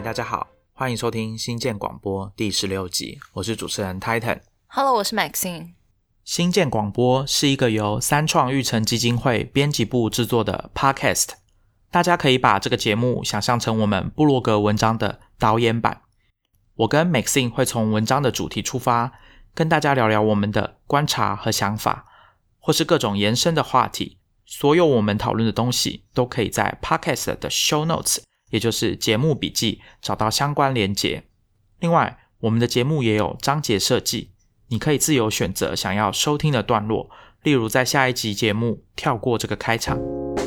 大家好，欢迎收听新建广播第16集，我是主持人 Titan。 我是 Maxine。 新建广播是一个由三创育成基金会编辑部制作的 Podcast， 大家可以把这个节目想象成我们部落格文章的导演版。我跟 Maxine 会从文章的主题出发，跟大家聊聊我们的观察和想法，或是各种延伸的话题。所有我们讨论的东西都可以在 Podcast 的 Show Notes， 也就是节目笔记找到相关连结。另外，我们的节目也有章节设计，你可以自由选择想要收听的段落，例如在下一集节目跳过这个开场。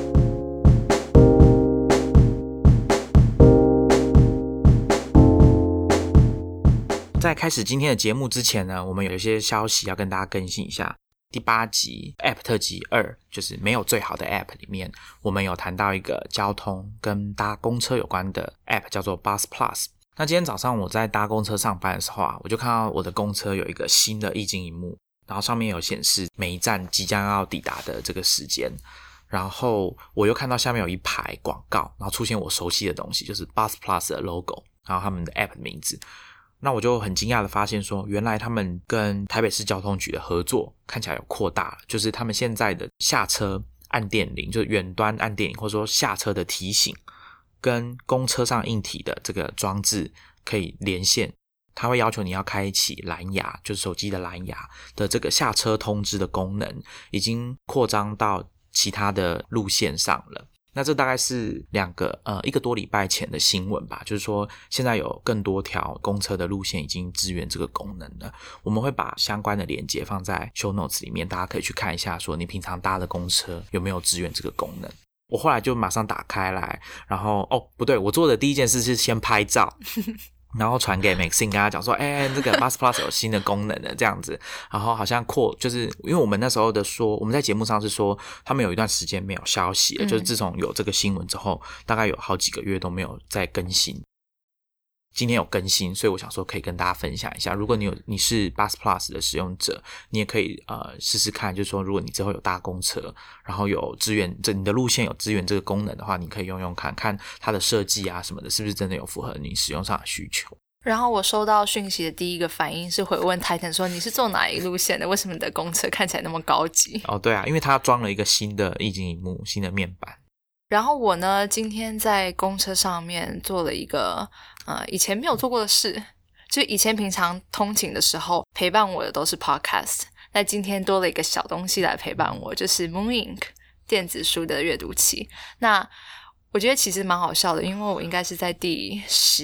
在开始今天的节目之前呢，我们有一些消息要跟大家更新一下。第8集 App 特辑2，就是没有最好的 App 里面，我们有谈到一个交通跟搭公车有关的 App， 叫做 Bus Plus。 那今天早上我在搭公车上班的时候啊，我就看到我的公车有一个新的液晶萤幕，然后上面有显示每一站即将要抵达的这个时间，然后我又看到下面有一排广告，然后出现我熟悉的东西，就是 Bus Plus 的 logo， 然后他们的 App 的名字。那我就很惊讶的发现说，原来他们跟台北市交通局的合作看起来有扩大了，就是他们现在的下车按电铃，就是远端按电铃，或者说下车的提醒，跟公车上硬体的这个装置可以连线。它会要求你要开启蓝牙，就是手机的蓝牙的这个下车通知的功能，已经扩张到其他的路线上了。那这大概是一个多礼拜前的新闻吧，就是说现在有更多条公车的路线已经支援这个功能了。我们会把相关的连结放在 show notes 里面，大家可以去看一下说你平常搭的公车有没有支援这个功能。我后来就马上打开来，然后不对，我做的第一件事是先拍照然后传给 Maxine， 跟他讲说这个 Bus Plus 有新的功能的这样子。然后好像就是因为我们那时候的说，我们在节目上是说他们有一段时间没有消息了，就是自从有这个新闻之后，大概有好几个月都没有再更新。今天有更新，所以我想说可以跟大家分享一下。如果你是 Bus Plus 的使用者，你也可以试试看，就是说如果你之后有搭公车，然后有支援你的路线有支援这个功能的话，你可以用用看看它的设计啊什么的，是不是真的有符合你使用上的需求。 然后我收到讯息的第一个反应是回问 Titan 说，你是坐哪一路线的？为什么你的公车看起来那么高级？ 对啊，因为它装了一个新的液晶萤幕，新的面板。 然后我呢，今天在公车上面做了一个以前没有做过的事，就以前平常通勤的时候陪伴我的都是 podcast， 那今天多了一个小东西来陪伴我，就是 Moon Ink 电子书的阅读器。那我觉得其实蛮好笑的，因为我应该是在第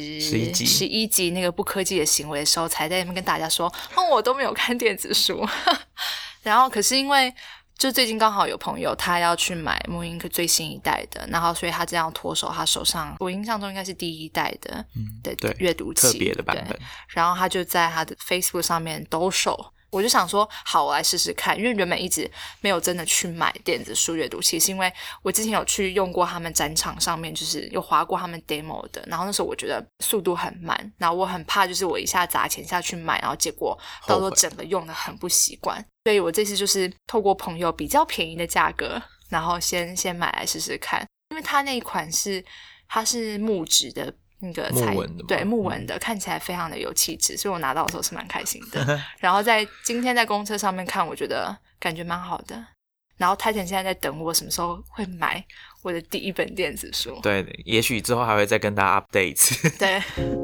11集那个不科技的行为的时候才在那边跟大家说我都没有看电子书然后可是因为就最近刚好有朋友他要去买 Moon Ink 最新一代的，然后所以他这样脱手他手上我印象中应该是第1代的阅读器， 特别的版本。 然后他就在他的 Facebook 上面兜售，我就想说好，我来试试看，因为原本一直没有真的去买电子书阅读器，是因为我之前有去用过他们展场上面，就是有滑过他们 demo 的，然后那时候我觉得速度很慢，然后我很怕就是我一下砸钱下去买，然后结果到时候整个用的很不习惯，所以我这次就是透过朋友比较便宜的价格，然后先买来试试看。因为它那一款它是木质的那个木纹的， 对，木纹的，看起来非常的有气质，所以我拿到的时候是蛮开心的然后今天在公车上面看，我觉得感觉蛮好的。然后 Titan 现在在等我什么时候会买我的第一本电子书。 对，也许之后还会再跟大家 update 一次对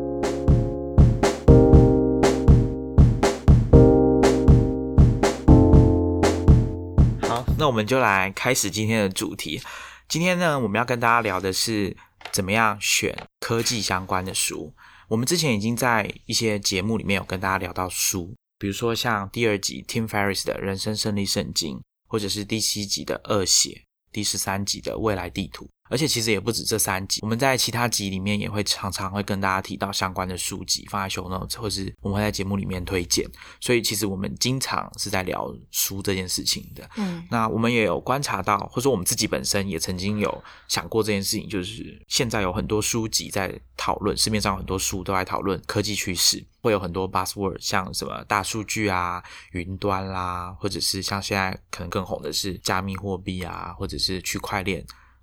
好，那我们就来开始今天的主题。今天呢，我们要跟大家聊的是怎么样选科技相关的书。我们之前已经在一些节目里面有跟大家聊到书，比如说像第2集 Tim Ferriss 的人生胜利圣经，或者是第7集的恶血，第13集的未来地图。而且其实也不止这3集，我们在其他集里面也会常常会跟大家提到相关的书籍，放在 show notes 或是我们会在节目里面推荐。所以其实我们经常是在聊书这件事情的。那我们也有观察到，或者说我们自己本身也曾经有想过这件事情，就是现在有很多书籍在讨论，市面上有很多书都在讨论科技趋势，会有很多 buzzword， 像什么大数据啊、云端啦，或者是像现在可能更红的是加密货币啊，或者是区块链，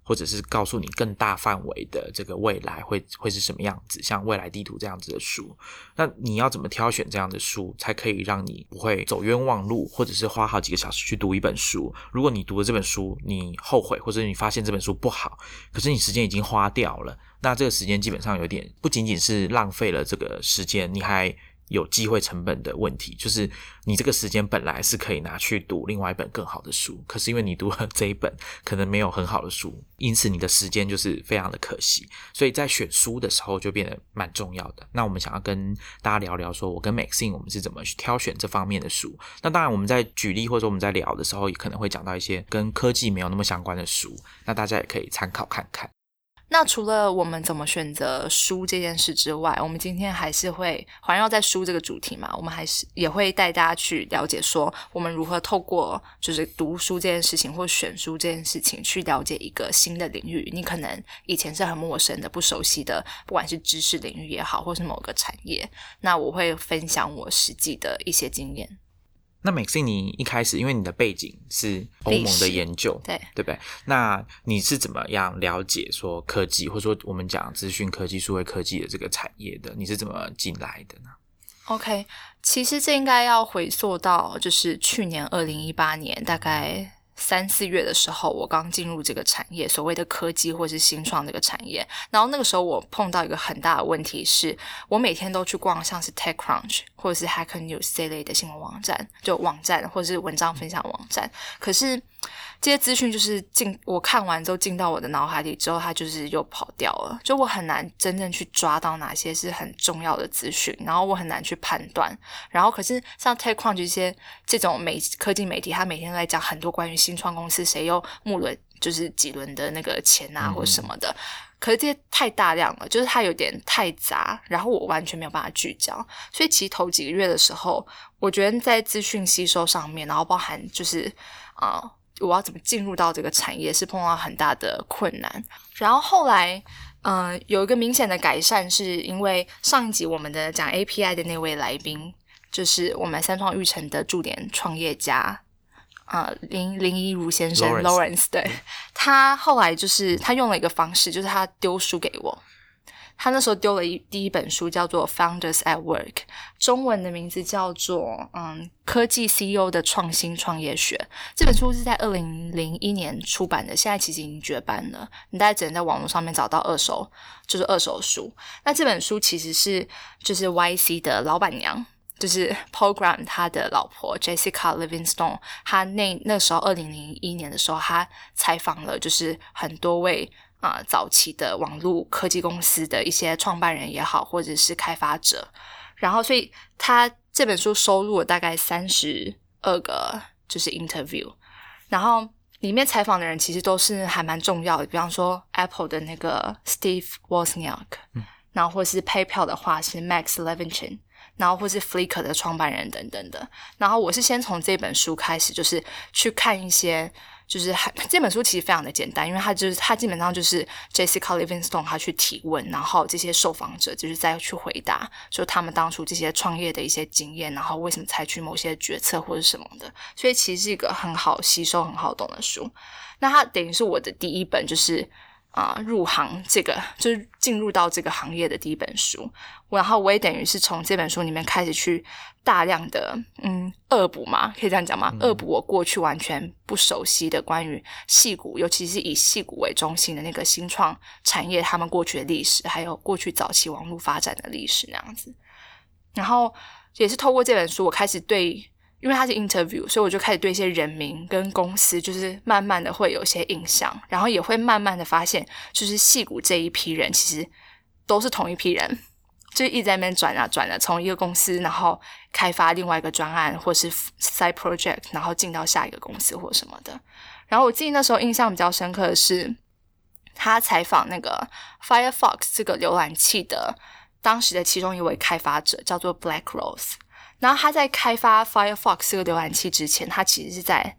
或者是告诉你更大范围的这个未来会是什么样子，像未来地图这样子的书。那你要怎么挑选这样的书，才可以让你不会走冤枉路，或者是花好几个小时去读一本书？如果你读了这本书，你后悔，或者你发现这本书不好，可是你时间已经花掉了，那这个时间基本上有点不仅仅是浪费了这个时间，你还有机会成本的问题，就是你这个时间本来是可以拿去读另外一本更好的书，可是因为你读了这一本可能没有很好的书，因此你的时间就是非常的可惜。所以在选书的时候就变得蛮重要的。那我们想要跟大家聊聊说我跟 Maxine 我们是怎么去挑选这方面的书。那当然我们在举例或者说我们在聊的时候也可能会讲到一些跟科技没有那么相关的书，那大家也可以参考看看。 那除了我们怎么选择书这件事之外，我们今天还是会环绕在书这个主题嘛，我们还是也会带大家去了解说我们如何透过就是读书这件事情或选书这件事情去了解一个新的领域，你可能以前是很陌生的不熟悉的，不管是知识领域也好或是某个产业，那我会分享我实际的一些经验。 那 Maxine 你一开始因为你的背景是欧盟的研究， 对不对？那你是怎么样了解说科技，或者说我们讲资讯科技数位科技的这个产业的？你是怎么进来的呢？ OK， 其实这应该要回溯到就是去年2018年大概3-4月的时候，我刚进入这个产业，所谓的科技或是新创这个产业。然后那个时候我碰到一个很大的问题是，我每天都去逛像是 TechCrunch 或者是 Hacker News 这类的新闻网站，就网站或者是文章分享网站。可是这些资讯就是我看完之后进到我的脑海里之后，它就是又跑掉了。就我很难真正去抓到哪些是很重要的资讯，然后我很难去判断。然后可是像 TechCrunch 这种科技媒体，它每天都在讲很多关于新创公司谁又募了就是几轮的那个钱啊或什么的。可是这些太大量了，就是它有点太杂，然后我完全没有办法聚焦。所以其实头几个月的时候，我觉得在资讯吸收上面，然后包含就是我要怎么进入到这个产业是碰到很大的困难。然后后来有一个明显的改善，是因为上一集我们的讲 API 的那位来宾，就是我们三创育成的驻点创业家林一如先生 Lawrence， 对，他后来就是他用了一个方式，就是他丢书给我。他那时候丢了第一本书叫做 Founders at Work， 中文的名字叫做科技 CEO 的创新创业学。这本书是在2001年出版的，现在其实已经绝版了，你大概只能在网络上面找到二手书。那这本书其实是就是 YC 的老板娘，就是 Paul Graham 他的老婆 Jessica Livingstone， 他那时候2001年的时候，他采访了就是很多位早期的网络科技公司的一些创办人也好，或者是开发者。然后所以他这本书收录了大概32个就是 interview， 然后里面采访的人其实都是还蛮重要的，比方说 Apple 的那个 Steve Wozniak，然后或是 PayPal 的话是 Max Levchin，然后或是 Flickr 的创办人等等的。然后我是先从这本书开始，就是去看一些，就是这本书其实非常的简单，因为它基本上就是 Jessica Livingstone 他去提问，然后这些受访者就是再去回答，就他们当初这些创业的一些经验，然后为什么采取某些决策或者什么的。所以其实是一个很好吸收、很好懂的书。那它等于是我的第一本就是入行就是进入到这个行业的第一本书。然后我也等于是从这本书里面开始去大量的恶补嘛，可以这样讲吗？恶补我过去完全不熟悉的关于矽谷，尤其是以矽谷为中心的那个新创产业，他们过去的历史，还有过去早期网络发展的历史那样子。然后也是透过这本书，我开始因为它是 interview， 所以我就开始对一些人名跟公司就是慢慢的会有些印象，然后也会慢慢的发现，就是矽谷这一批人其实都是同一批人，就是一直在那边转啊，从一个公司然后开发另外一个专案或是 side project， 然后进到下一个公司或什么的。然后我记得那时候印象比较深刻的是，他采访那个 Firefox 这个浏览器的当时的其中一位开发者叫做 Black Rose。然后他在开发 Firefox 这个浏览器之前，他其实是在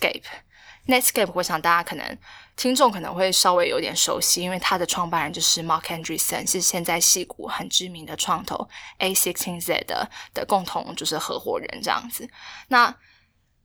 Netscape。我想大家听众可能会稍微有点熟悉，因为他的创办人就是 Mark Andreessen， 是现在矽谷很知名的创投 A16Z 的共同就是合伙人这样子。那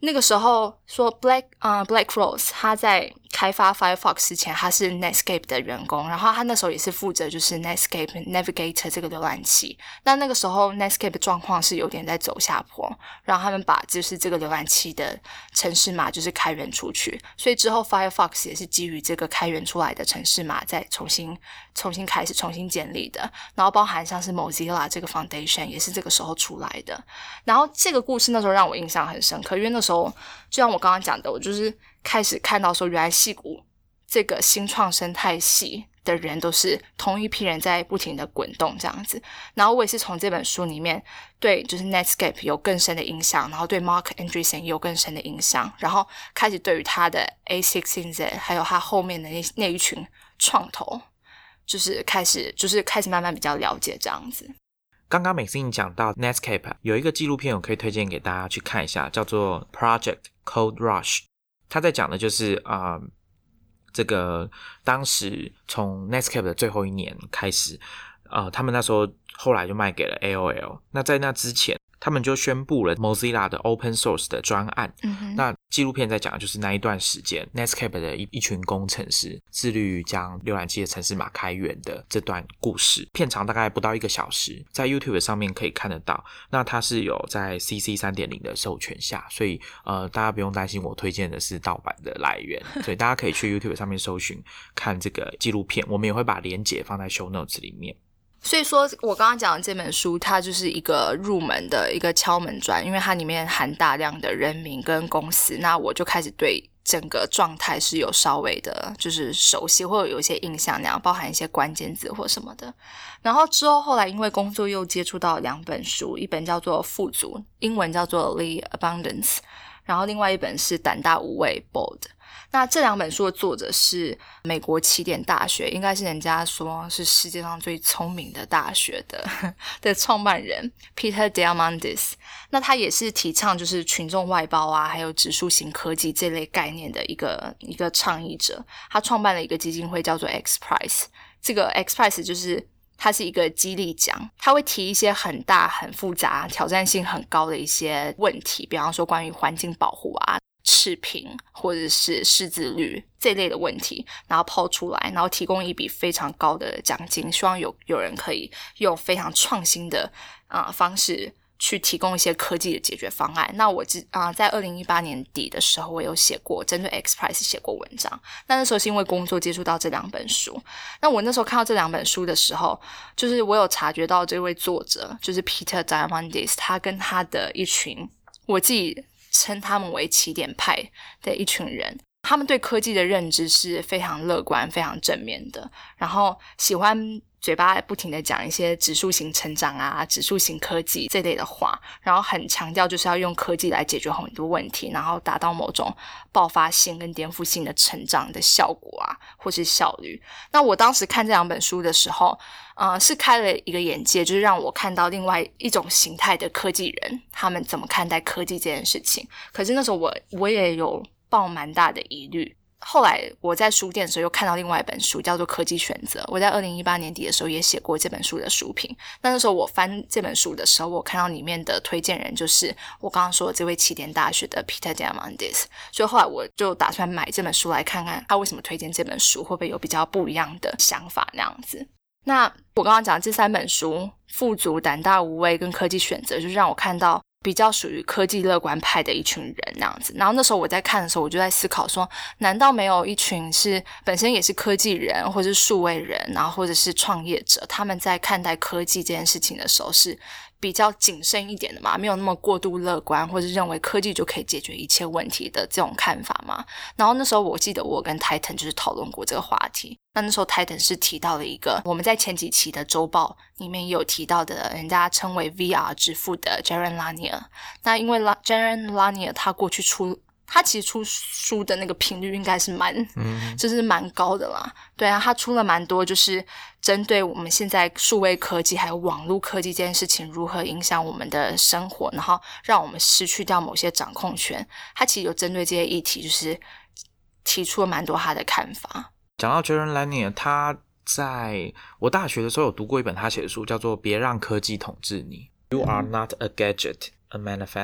那个时候说 Blake Rose 他在开发 Firefox 之前他是 Netscape 的员工，然后他那时候也是负责就是 Netscape Navigator 这个浏览器。那个时候 Netscape 的状况是有点在走下坡，然后他们把就是这个浏览器的程式码就是开源出去，所以之后 Firefox 也是基于这个开源出来的程式码再重新开始重新建立的，然后包含像是 Mozilla 这个 Foundation 也是这个时候出来的。然后这个故事那时候让我印象很深刻，因为那时候就像我刚刚讲的，我就是开始看到说原来矽谷这个新创生态系的人都是同一批人在不停的滚动这样子。然后我也是从这本书里面对就是 Netscape 有更深的影响，然后对 Mark Andreessen 也有更深的影响，然后开始对于他的 A16Z 还有他后面的那一群创投就是开始慢慢比较了解这样子。 刚刚Maxine讲到 Netscape 有一个纪录片我可以推荐给大家去看一下，叫做 Project Code Rush。 他在讲的就是这个当时从 Netscape 的最后一年开始，他们那时候后来就卖给了 AOL。 那在那之前他们就宣布了 Mozilla 的 Open Source 的专案。那纪录片在讲的就是那一段时间 Netscape 的一群工程师致力于将浏览器的程式码开源的这段故事，片长大概不到1个小时，在 YouTube 上面可以看得到。那它是有在 CC 3.0 的授权下，所以大家不用担心我推荐的是盗版的来源，所以大家可以去 YouTube 上面搜寻看这个纪录片，我们也会把连结放在 Show Notes 里面。 所以说我刚刚讲的这本书它就是一个入门的一个敲门砖，因为它里面含大量的人名跟公司，那我就开始对整个状态是有稍微的就是熟悉或者有一些印象那样，包含一些关键字或什么的。然后之后来因为工作又接触到2本书，一本叫做富足，英文叫做 The Abundance， 然后另外一本是胆大无畏 Bold。那这2本书的作者是美国起点大学，应该是人家说是世界上最聪明的大学的创办人 Peter Diamandis。 那他也是提倡就是群众外包啊还有指数型科技这类概念的一个倡议者。他创办了一个基金会叫做 X Prize， 这个 X Prize 就是它是一个激励奖，它会提一些很大很复杂挑战性很高的一些问题，比方说关于环境保护啊赤贫或者是识字率这类的问题，然后抛出来，然后提供一笔非常高的奖金，希望有人可以用非常创新的方式去提供一些科技的解决方案。那我在2018年底的时候我有写过针对 X Prize 写过文章，那时候是因为工作接触到这2本书。那我那时候看到这2本书的时候，就是我有察觉到这位作者就是 Peter Diamandis 他跟他的一群，我自己称他们为起点派的一群人，他们对科技的认知是非常乐观非常正面的，然后喜欢嘴巴不停的讲一些指数型成长啊指数型科技这类的话，然后很强调就是要用科技来解决很多问题，然后达到某种爆发性跟颠覆性的成长的效果啊或是效率。那我当时看这2本书的时候是开了一个眼界，就是让我看到另外一种形态的科技人他们怎么看待科技这件事情。可是那时候我也有抱蛮大的疑虑。后来我在书店的时候又看到另外一本书叫做科技选择，我在2018年底的时候也写过这本书的书评。那时候我翻这本书的时候，我看到里面的推荐人就是我刚刚说的这位起点大学的 Peter Diamandis， 所以后来我就打算买这本书来看看他为什么推荐这本书，会不会有比较不一样的想法那样子。那我刚刚讲这3本书富足胆大无畏跟科技选择，就是让我看到比较属于科技乐观派的一群人那样子。然后那时候我在看的时候，我就在思考说，难道没有一群是本身也是科技人或是数位人，然后或者是创业者，他们在看待科技这件事情的时候是比较谨慎一点的嘛，没有那么过度乐观，或是认为科技就可以解决一切问题的这种看法嘛。然后那时候我记得我跟 Titan 就是讨论过这个话题。那时候 Titan 是提到了一个我们在前几期的周报里面也有提到的，人家称为 VR 之父的 Jaron Lanier。 那因为 Jaron Lanier 他其实出书的那个频率应该是就是蛮高的啦。对啊，他出了蛮多就是针对我们现在数位科技还有网络科技这件事情如何影响我们的生活，然后让我们失去掉某些掌控权，他其实有针对这些议题就是提出了蛮多他的看法。 讲到 Jaron Lanier， 他在我大学的时候有读过一本他写的书，叫做《别让科技统治你》 You are not a gadget, a manifesto。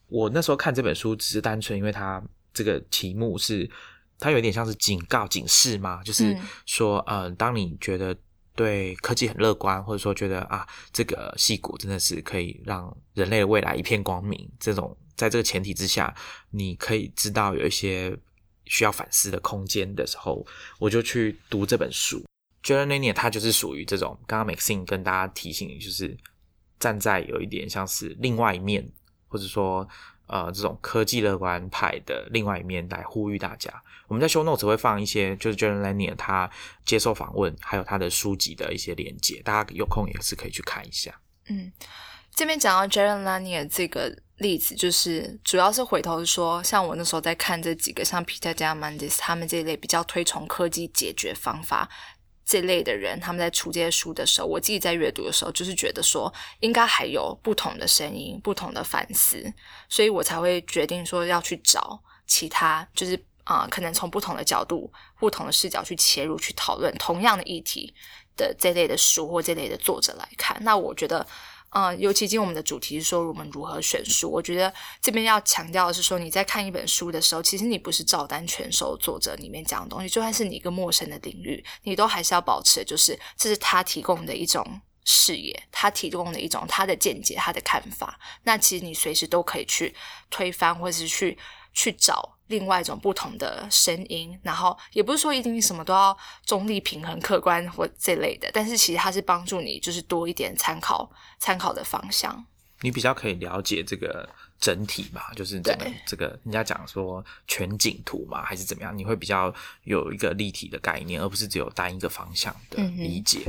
我那时候看这本书只是单纯因为它这个题目是它有点像是警示嘛，就是说当你觉得对科技很乐观，或者说觉得这个矽谷真的是可以让人类的未来一片光明，这种在这个前提之下你可以知道有一些需要反思的空间的时候，我就去读这本书。Jaron Lanier 他就是属于这种刚刚 Maxine 跟大家提醒，就是站在有一点像是另外一面，或者说这种科技乐观派的另外一面来呼吁大家。我们在 show notes 会放一些就是 Jaron Lanier 他接受访问还有他的书籍的一些连结，大家有空也是可以去看一下。 这边讲到 Jaron Lanier 这个例子，就是主要是回头说，像我那时候在看这几个像 Peter Diamandis 他们这一类比较推崇科技解决方法这类的人，他们在出这些书的时候，我自己在阅读的时候就是觉得说应该还有不同的声音，不同的反思，所以我才会决定说要去找其他就是可能从不同的角度不同的视角去切入去讨论同样的议题的这类的书或这类的作者来看。那我觉得尤其今天我们的主题是说我们如何选书，我觉得这边要强调的是说，你在看一本书的时候，其实你不是照单全收作者里面讲的东西，就算是你一个陌生的领域，你都还是要保持的就是这是他提供的一种视野，他提供的一种他的见解，他的看法。那其实你随时都可以去推翻或是去找另外一种不同的声音，然后也不是说一定什么都要中立平衡客观或这类的，但是其实它是帮助你就是多一点参考的方向， 你比较可以了解这个整体嘛，就是这个人家讲说全景图嘛还是怎么样，你会比较有一个立体的概念，而不是只有单一个方向的理解。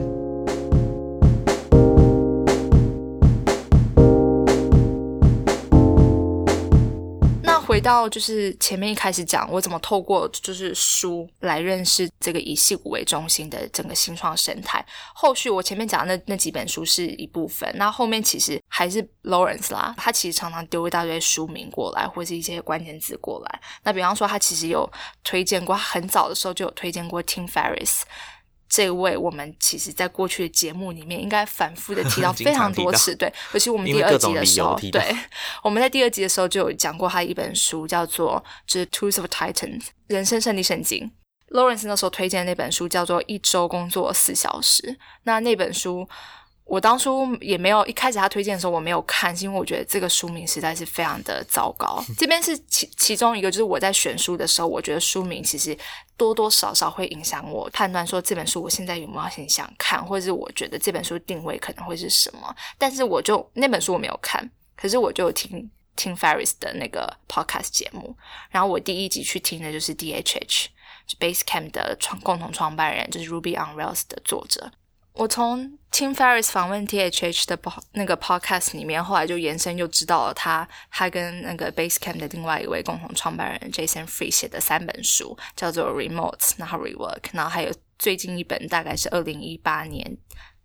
回到就是前面一开始讲我怎么透过就是书来认识这个以矽谷为中心的整个新创生态，后续我前面讲的那几本书是一部分，那后面其实还是 Lawrence 啦，他其实常常丢一大堆书名过来或是一些关键字过来，那比方说他其实有推荐过，他很早的时候就有推荐过 Tim Ferriss，这位我们其实在过去的节目里面应该反复的提到非常多次，对，尤其我们第二集的时候，对，我们在第二集的时候就有讲过他一本书叫做就是 Tools of Titans 人生胜利圣经。Lawrence 那时候推荐的那本书叫做一周工作4小时，那本书我当初也没有，一开始他推荐的时候我没有看，是因为我觉得这个书名实在是非常的糟糕。这边是其中一个，就是我在选书的时候，我觉得书名其实多多少少会影响我判断说这本书我现在有没有很想看，或者是我觉得这本书定位可能会是什么。但是那本书我没有看，可是我就听Ferriss 的那个 podcast 节目，然后我第一集去听的就是 DHH Basecamp 的共同创办人，就是 Ruby on Rails 的作者。我从 Tim Ferriss 访问 DHH 的那个 podcast 里面，后来就延伸又知道了他跟那个 Basecamp 的另外一位共同创办人 Jason Fried 写的3本书，叫做 Remote 然后 Rework， 然后还有最近一本大概是2018年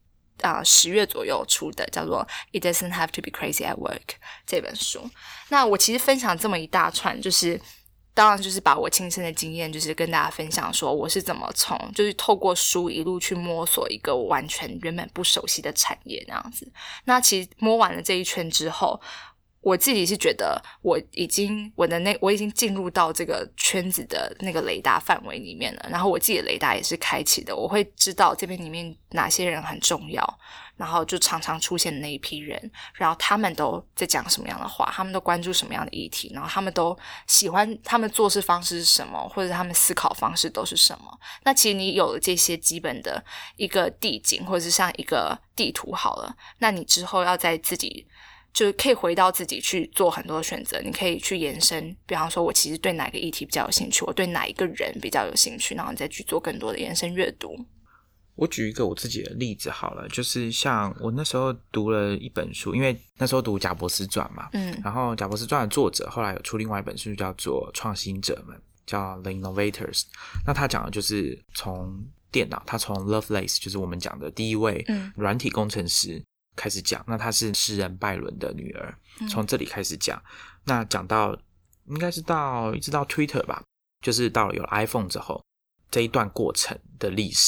10月左右出的，叫做 It Doesn't Have to Be Crazy at Work 这本书。那我其实分享这么一大串，就是当然就是把我亲身的经验就是跟大家分享说我是怎么就是透过书一路去摸索一个我完全原本不熟悉的产业那样子。那其实摸完了这一圈之后，我自己是觉得我已经进入到这个圈子的那个雷达范围里面了，然后我自己的雷达也是开启的，我会知道这边里面哪些人很重要，然后就常常出现的那一批人，然后他们都在讲什么样的话，他们都关注什么样的议题，然后他们都喜欢，他们做事方式是什么，或者他们思考方式都是什么。那其实你有了这些基本的一个地景，或者是像一个地图好了，那你之后要在自己就可以回到自己去做很多的选择，你可以去延伸，比方说我其实对哪个议题比较有兴趣，我对哪一个人比较有兴趣，然后你再去做更多的延伸阅读。 我举一个我自己的例子好了，就是像我那时候读了一本书，因为那时候读贾伯斯传嘛，然后贾伯斯传的作者后来有出另外一本书叫做创新者们，叫 The Innovators。 那他讲的就是从电脑，他从 Lovelace 就是我们讲的第一位软体工程师开始讲，那她是诗人拜伦的女儿，从这里开始讲，那讲到应该是一直到 Twitter 吧，就是到了有了 iPhone 之后这一段过程的历史。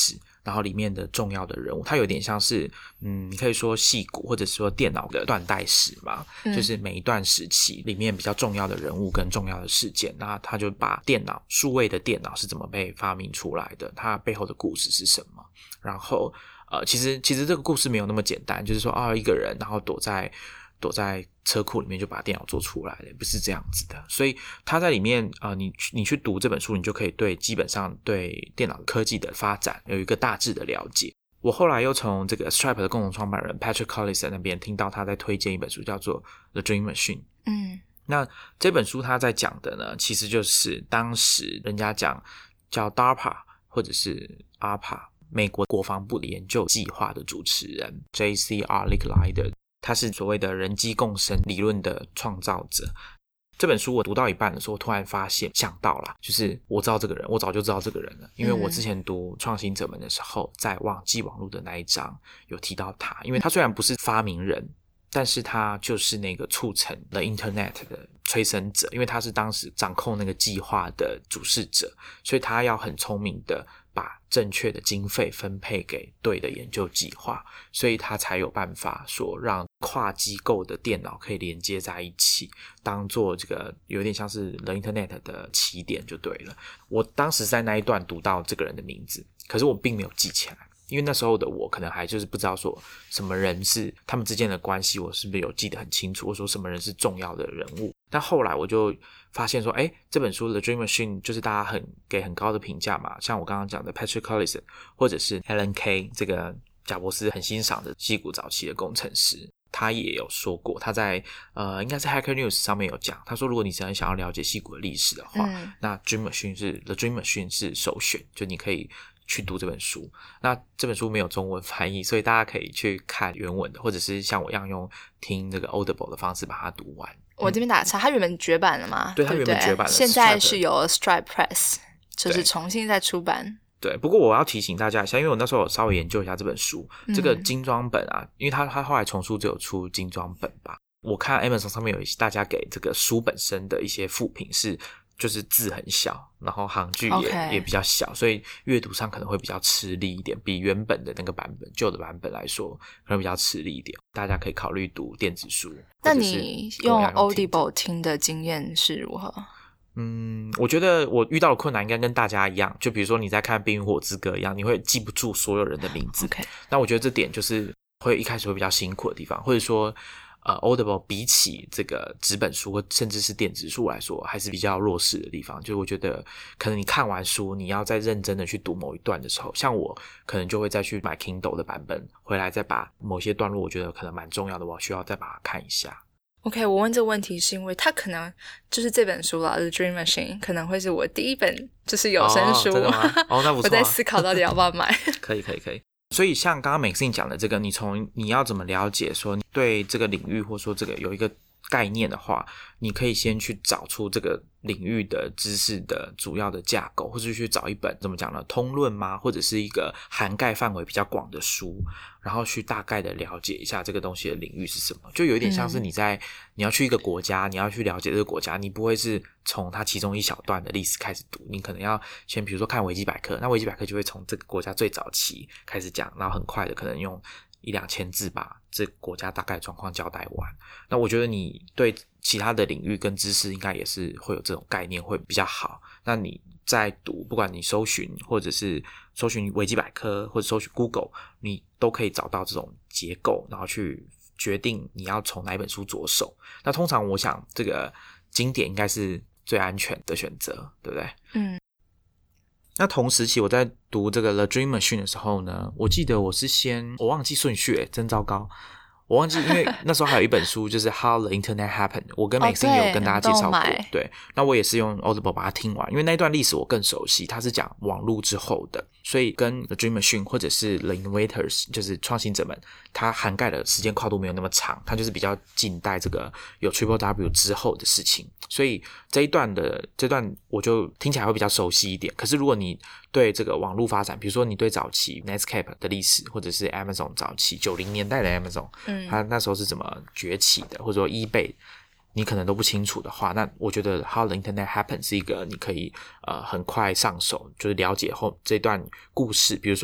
然后里面的重要的人物，它有点像是你可以说矽谷或者说电脑的断代史嘛，就是每一段时期里面比较重要的人物跟重要的事件，那他就把电脑数位的电脑是怎么被发明出来的，它背后的故事是什么，然后其实这个故事没有那么简单，就是说一个人然后躲在车库里面就把电脑做出来了，不是这样子的。所以他在里面你去读这本书，你就可以基本上对电脑科技的发展有一个大致的了解。我后来又从这个 Stripe 的共同创办人 Patrick Collison 那边听到他在推荐一本书叫做 The Dream Machine。那这本书他在讲的呢，其实就是当时人家讲叫 DARPA 或者是 ARPA 美国国防部的研究计划的主持人 J.C.R. Licklider，他是所谓的人机共生理论的创造者。这本书我读到一半的时候，我突然想到啦，就是我知道这个人，我早就知道这个人了，因为我之前读创新者们的时候，在网际网络的那一章有提到他，因为他虽然不是发明人，但是他就是那个促成了 Internet 的催生者，因为他是当时掌控那个计划的主事者，所以他要很聪明的把正确的经费分配给对的研究计划，所以他才有办法说让跨机构的电脑可以连接在一起，当做这个有点像是 The Internet 的起点就对了。我当时在那一段读到这个人的名字，可是我并没有记起来，因为那时候的我可能还就是不知道说什么人是他们之间的关系，我是不是有记得很清楚，或者说什么人是重要的人物。但后来我就发现说这本书 The Dream Machine 就是大家给很高的评价嘛，像我刚刚讲的 Patrick Collison 或者是 Alan Kay 这个贾伯斯很欣赏的矽谷早期的工程师，他也有说过，他在应该是 Hacker News 上面有讲，他说如果你真的想要了解矽谷的历史的话，那 The Dream Machine 是首选，就你可以去读这本书。那这本书没有中文翻译，所以大家可以去看原文的，或者是像我一样用听这个 Audible 的方式把它读完。 我这边打岔，它原本绝版了吗？ 对，它原本绝版了， 现在是由 Stripe Press 就是重新再出版。 对，不过我要提醒大家一下，因为我那时候有稍微研究一下这本书，这个精装本啊，因为它后来重出只有出精装本吧。我看 Amazon 上面有大家给这个书本身的一些负评是，就是字很小，然后行距也比较小，所以阅读上可能会比较吃力一点，比原本的那个版本旧的版本来说可能比较吃力一点，大家可以考虑读电子书。 那你用 Audible 听的经验是如何？ 我觉得我遇到的困难应该跟大家一样，就比如说你在看《冰与火之歌》一样，你会记不住所有人的名字。那我觉得这点就是一开始会比较辛苦的地方，或者说Audible 比起这个纸本书或甚至是电子书来说还是比较弱势的地方，就是我觉得可能你看完书你要再认真的去读某一段的时候，像我可能就会再去买 Kindle 的版本回来，再把某些段落我觉得可能蛮重要的，我需要再把它看一下。 OK， 我问这个问题是因为它可能就是这本书啦， The Dream Machine 可能会是我第一本就是有声书。 真的吗？那不错。 我在思考到底要不要买。 可以。所以像刚刚 Maxine 讲的这个，你要怎么了解说你对这个领域或说这个有一个概念的话，你可以先去找出这个领域的知识的主要的架构，或者去找一本怎么讲呢，通论吗，或者是一个涵盖范围比较广的书，然后去大概的了解一下这个东西的领域是什么。就有一点像是你要去一个国家，你要去了解这个国家，你不会是从它其中一小段的历史开始读，你可能要先比如说看维基百科，那维基百科就会从这个国家最早期开始讲，然后很快的可能用1-2千字把这个国家大概状况交代完。那我觉得你对其他的领域跟知识应该也是会有这种概念会比较好。那你在读，不管你搜寻或者是搜寻维基百科或者搜寻 Google， 你都可以找到这种结构，然后去决定你要从哪一本书着手。那通常我想这个经典应该是最安全的选择，对不对？那同时期我在读这个 The Dream Machine 的时候呢，我记得我忘记顺序真糟糕，我忘记，因为那时候还有一本书就是 How the Internet Happened， 我跟 Maxine 有跟大家介绍过，对，那我也是用 Audible 把它听完，因为那段历史我更熟悉，它是讲网络之后的，所以跟 The Dream Machine 或者是 The Innovators 就是创新者们，它涵盖的时间跨度没有那么长，它就是比较近代这个有 Triple W 之后的事情，所以这段我就听起来会比较熟悉一点。可是如果你对这个网络发展，比如说你对早期 Netscape 的历史，或者是 Amazon 早期90年代的 Amazon，它那时候是怎么崛起的，或者说 eBay， 你可能都不清楚的话，那我觉得 How the Internet Happened 是一个你可以很快上手，就是了解后这段故事，比如说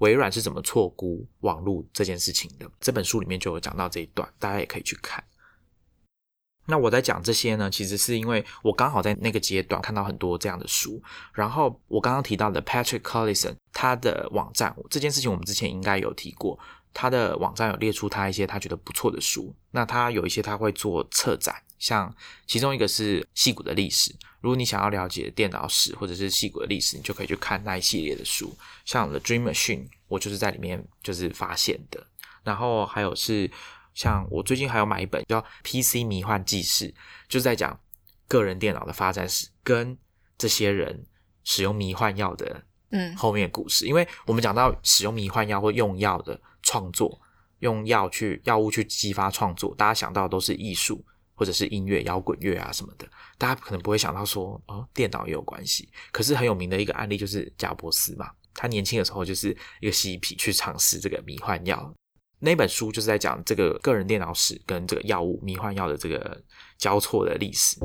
微软是怎么错估网络这件事情的。这本书里面就有讲到这一段，大家也可以去看。那我在讲这些呢，其实是因为我刚好在那个阶段看到很多这样的书，然后我刚刚提到的 Patrick Collison 他的网站，这件事情我们之前应该有提过，他的网站有列出他一些他觉得不错的书，那他有一些他会做策展，像其中一个是矽谷的历史，如果你想要了解电脑史或者是矽谷的历史，你就可以去看那一系列的书，像 The Dream Machine 我就是在里面就是发现的，然后还有是像我最近还有买一本叫 PC 迷幻纪事，就是在讲个人电脑的发展史跟这些人使用迷幻药的后面的故事，因为我们讲到使用迷幻药或用药的创作，用药物去激发创作，大家想到的都是艺术或者是音乐摇滚乐啊什么的，大家可能不会想到说电脑也有关系。可是很有名的一个案例就是贾伯斯嘛，他年轻的时候就是一个嬉皮去尝试这个迷幻药，那本书就是在讲这个个人电脑史跟这个药物迷幻药的这个交错的历史。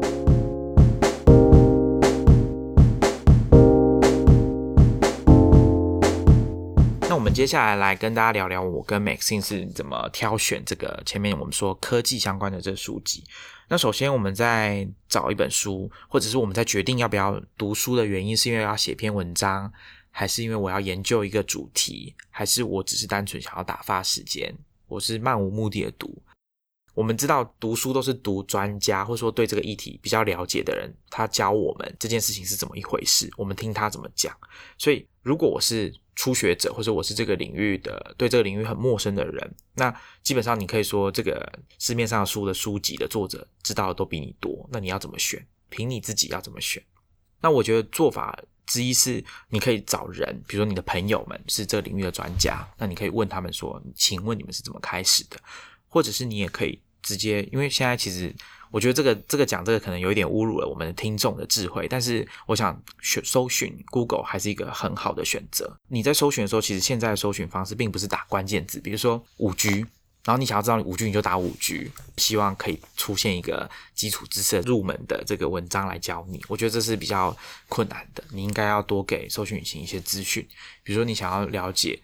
那我们接下来跟大家聊聊我跟 Maxine 是怎么挑选这个前面我们说科技相关的这个书籍。那首先我们在找一本书，或者是我们在决定要不要读书的原因，是因为要写篇文章，还是因为我要研究一个主题，还是我只是单纯想要打发时间，我是漫无目的的读。我们知道读书都是读专家或者说对这个议题比较了解的人，他教我们这件事情是怎么一回事，我们听他怎么讲。所以如果我是初学者，或者我是这个领域的对这个领域很陌生的人，那基本上你可以说这个市面上的书的书籍的作者知道的都比你多，那你要怎么选？凭你自己要怎么选。那我觉得做法之一是你可以找人，比如说你的朋友们是这个领域的专家，那你可以问他们说请问你们是怎么开始的，或者是你也可以直接，因为现在其实我觉得这个讲这个可能有一点侮辱了我们的听众的智慧，但是我想搜寻 Google 还是一个很好的选择。你在搜寻的时候，其实现在的搜寻方式并不是打关键字，比如说 5G， 然后你想要知道 5G 你就打 5G， 希望可以出现一个基础知识入门的这个文章来教你，我觉得这是比较困难的，你应该要多给搜寻引擎一些资讯，比如说你想要了解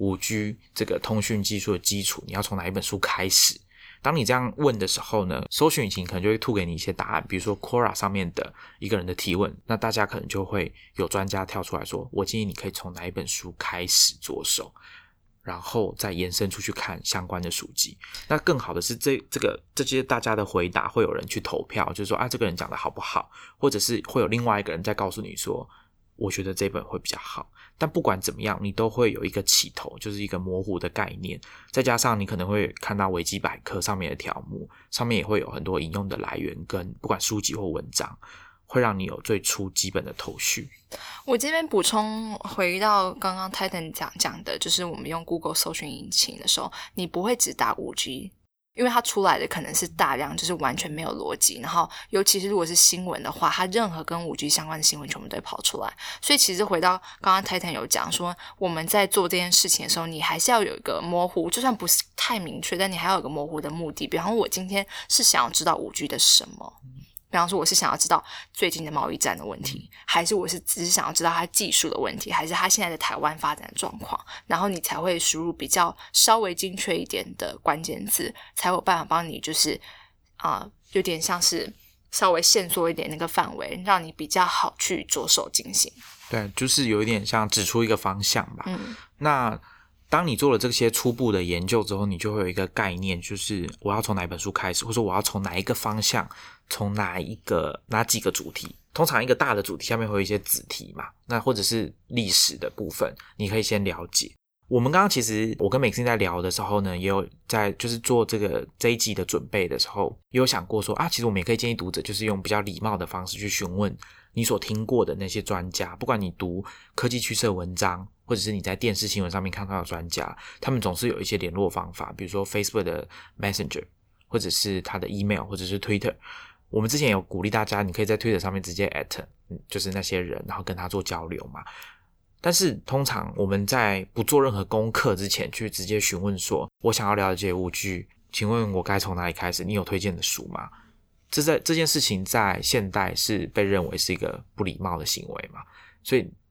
5G 这个通讯技术的基础，你要从哪一本书开始。当你这样问的时候呢，搜寻引擎可能就会吐给你一些答案，比如说 Quora 上面的一个人的提问，那大家可能就会有专家跳出来说，我建议你可以从哪一本书开始着手，然后再延伸出去看相关的书籍。那更好的是这些大家的回答会有人去投票，就是说这个人讲的好不好，或者是会有另外一个人再告诉你说我觉得这本会比较好。但不管怎么样，你都会有一个起头，就是一个模糊的概念，再加上你可能会看到维基百科上面的条目，上面也会有很多引用的来源跟不管书籍或文章，会让你有最初基本的头绪。 我这边补充回到刚刚 Titan 讲的，就是我们用 Google 搜寻引擎的时候，你不会只打 5G，因为它出来的可能是大量就是完全没有逻辑，然后尤其是如果是新闻的话，它任何跟 5G 相关的新闻全部都会跑出来。所以其实回到刚刚 Titan 有讲说，我们在做这件事情的时候，你还是要有一个模糊，就算不是太明确，但你还要有一个模糊的目的。比方说我今天是想要知道 5G 的什么，比方说我是想要知道最近的贸易战的问题，还是我是只是想要知道它技术的问题，还是它现在的台湾发展的状况，然后你才会输入比较稍微精确一点的关键字，才有办法帮你就是有点像是稍微限缩一点那个范围，让你比较好去着手进行。 对，就是有一点像指出一个方向吧。那当你做了这些初步的研究之后，你就会有一个概念，就是我要从哪一本书开始，或者说我要从哪一个方向，从哪几个主题。通常一个大的主题下面会有一些子题嘛，那或者是历史的部分，你可以先了解。我们刚刚其实我跟Maxine在聊的时候呢，也有在就是做这一集的准备的时候，也有想过说其实我们也可以建议读者就是用比较礼貌的方式去询问你所听过的那些专家，不管你读科技趋势的文章，或者是你在电视新闻上面看到的专家，他们总是有一些联络方法，比如说 Facebook 的 Messenger， 或者是他的 email， 或者是 Twitter。我们之前有鼓励大家，你可以在 Twitter 上面直接 就是那些人，然后跟他做交流嘛。但是通常我们在不做任何功课之前去直接询问说，我想要了解 5G， 请问我该从哪里开始？你有推荐的书吗？这件事情在现代是被认为是一个不礼貌的行为嘛，所以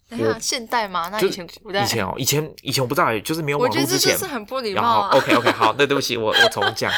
现代吗？那以前古代？ 以前我不知道，就是没有网络之前。 我觉得这就是很不礼貌啊。 OK， 好，对不起，我重讲。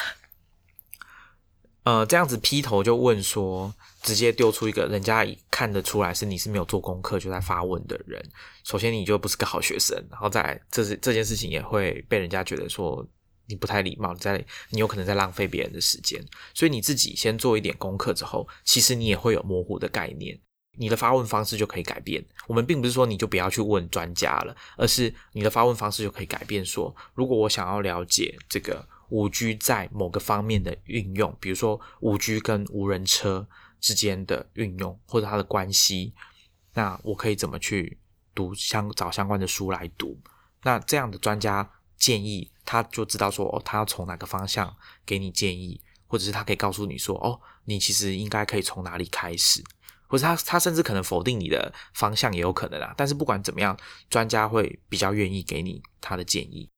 这样子劈头就问说，直接丢出一个人家看得出来是你是没有做功课就在发问的人，首先你就不是个好学生，然后再来这件事情也会被人家觉得说你不太礼貌，你有可能在浪费别人的时间，所以你自己先做一点功课之后，其实你也会有模糊的概念，你的发问方式就可以改变。我们并不是说你就不要去问专家了，而是你的发问方式就可以改变说，如果我想要了解这个5G 在某个方面的运用，比如说 5G 跟无人车之间的运用或者它的关系，那我可以怎么去找相关的书来读。那这样的专家建议他就知道说他要从哪个方向给你建议，或者是他可以告诉你说你其实应该可以从哪里开始，或者他甚至可能否定你的方向也有可能啊。但是不管怎么样，专家会比较愿意给你他的建议。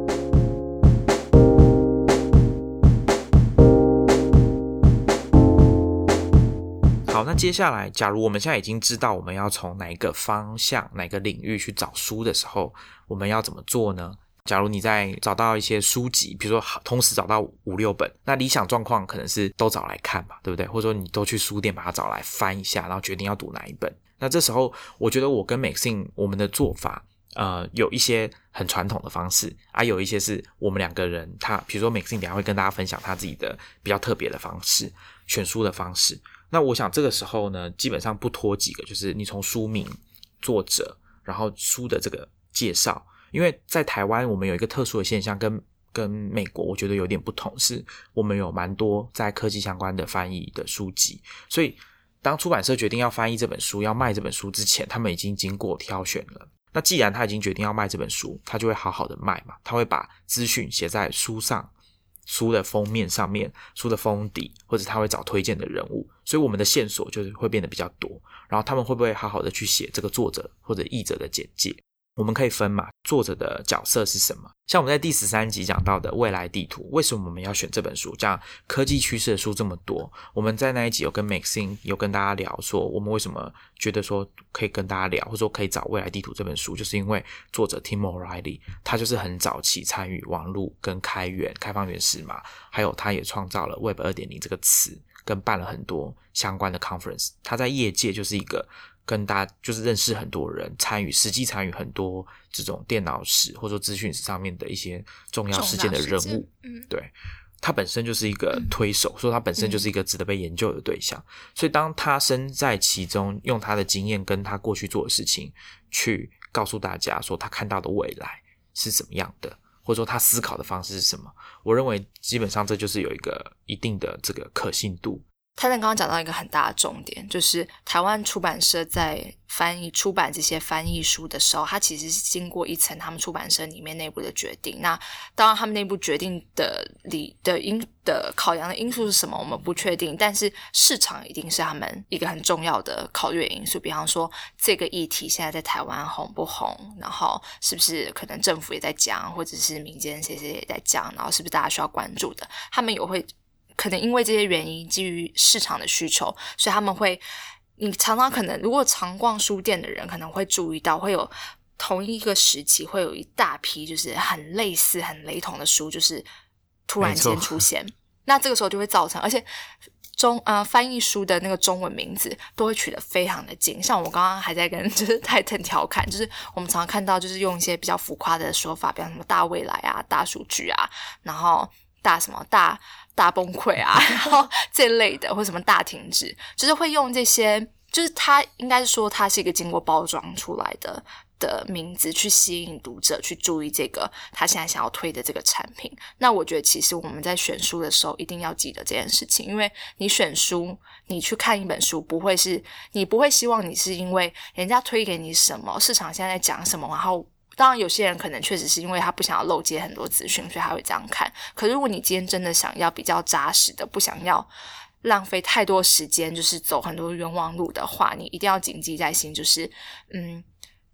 好，那接下来假如我们现在已经知道我们要从哪一个方向哪个领域去找书的时候，我们要怎么做呢？假如你在找到一些书籍，比如说同时找到5-6本，那理想状况可能是都找来看嘛，对不对？或者说你都去书店把它找来翻一下，然后决定要读哪一本。那这时候我觉得我跟 Maxine 我们的做法有一些很传统的方式啊，有一些是我们两个人比如说 Maxine 等一下会跟大家分享他自己的比较特别的方式，选书的方式。那我想这个时候呢，基本上不脱几个，就是你从书名、作者，然后书的这个介绍。因为在台湾我们有一个特殊的现象，跟美国我觉得有点不同，是我们有蛮多在科技相关的翻译的书籍，所以当出版社决定要翻译这本书要卖这本书之前，他们已经经过挑选了。那既然他已经决定要卖这本书，他就会好好的卖嘛，他会把资讯写在书上，书的封面上面，书的封底，或者他会找推荐的人物，所以我们的线索就是会变得比较多。然后他们会不会好好的去写这个作者或者译者的简介，我们可以分嘛，作者的角色是什么。像我们在第13集讲到的未来地图，为什么我们要选这本书，这样科技趋势的书这么多，我们在那一集有跟 Maxine 有跟大家聊说我们为什么觉得说可以跟大家聊，或者说可以找未来地图这本书，就是因为作者 Tim O'Reilly 他就是很早期参与网络跟开放源码，还有他也创造了 Web 2.0 这个词，跟办了很多相关的 conference。 他在业界就是一个跟大家就是认识很多人，实际参与很多这种电脑史或者说资讯史上面的一些重要事件的人物。对，他本身就是一个推手，说他本身就是一个值得被研究的对象。所以当他身在其中，用他的经验跟他过去做的事情去告诉大家说他看到的未来是怎么样的，或者说他思考的方式是什么，我认为基本上这就是有一定的这个可信度。 泰登刚刚讲到一个很大的重点，就是台湾出版社在出版这些翻译书的时候，它其实是经过一层他们出版社里面内部的决定。那当然他们内部决定的考量的因素是什么我们不确定，但是市场一定是他们一个很重要的考虑的因素。比方说这个议题现在在台湾红不红，然后是不是可能政府也在讲，或者是民间谁也在讲，然后是不是大家需要关注的，他们可能因为这些原因，基于市场的需求，所以他们你常常可能如果常逛书店的人可能会注意到，会有同一个时期会有一大批就是很类似很雷同的书就是突然间出现，那这个时候就会造成，而且翻译书的那个中文名字都会取得非常的近。像我刚刚还在跟就是泰腾调侃，就是我们常常看到就是用一些比较浮夸的说法，比方什么大未来啊、大数据啊，然后大崩溃啊，然后这类的，或什么大停止，就是会用这些，就是他应该是说他是一个经过包装出来的名字去吸引读者去注意这个他现在想要推的这个产品。那我觉得其实我们在选书的时候一定要记得这件事情，因为你选书，你去看一本书你不会希望你是因为人家推给你什么，市场现在在讲什么，然后当然有些人可能确实是因为他不想要漏接很多资讯，所以他会这样看。可是如果你今天真的想要比较扎实的，不想要浪费太多时间就是走很多冤枉路的话，你一定要谨记在心，就是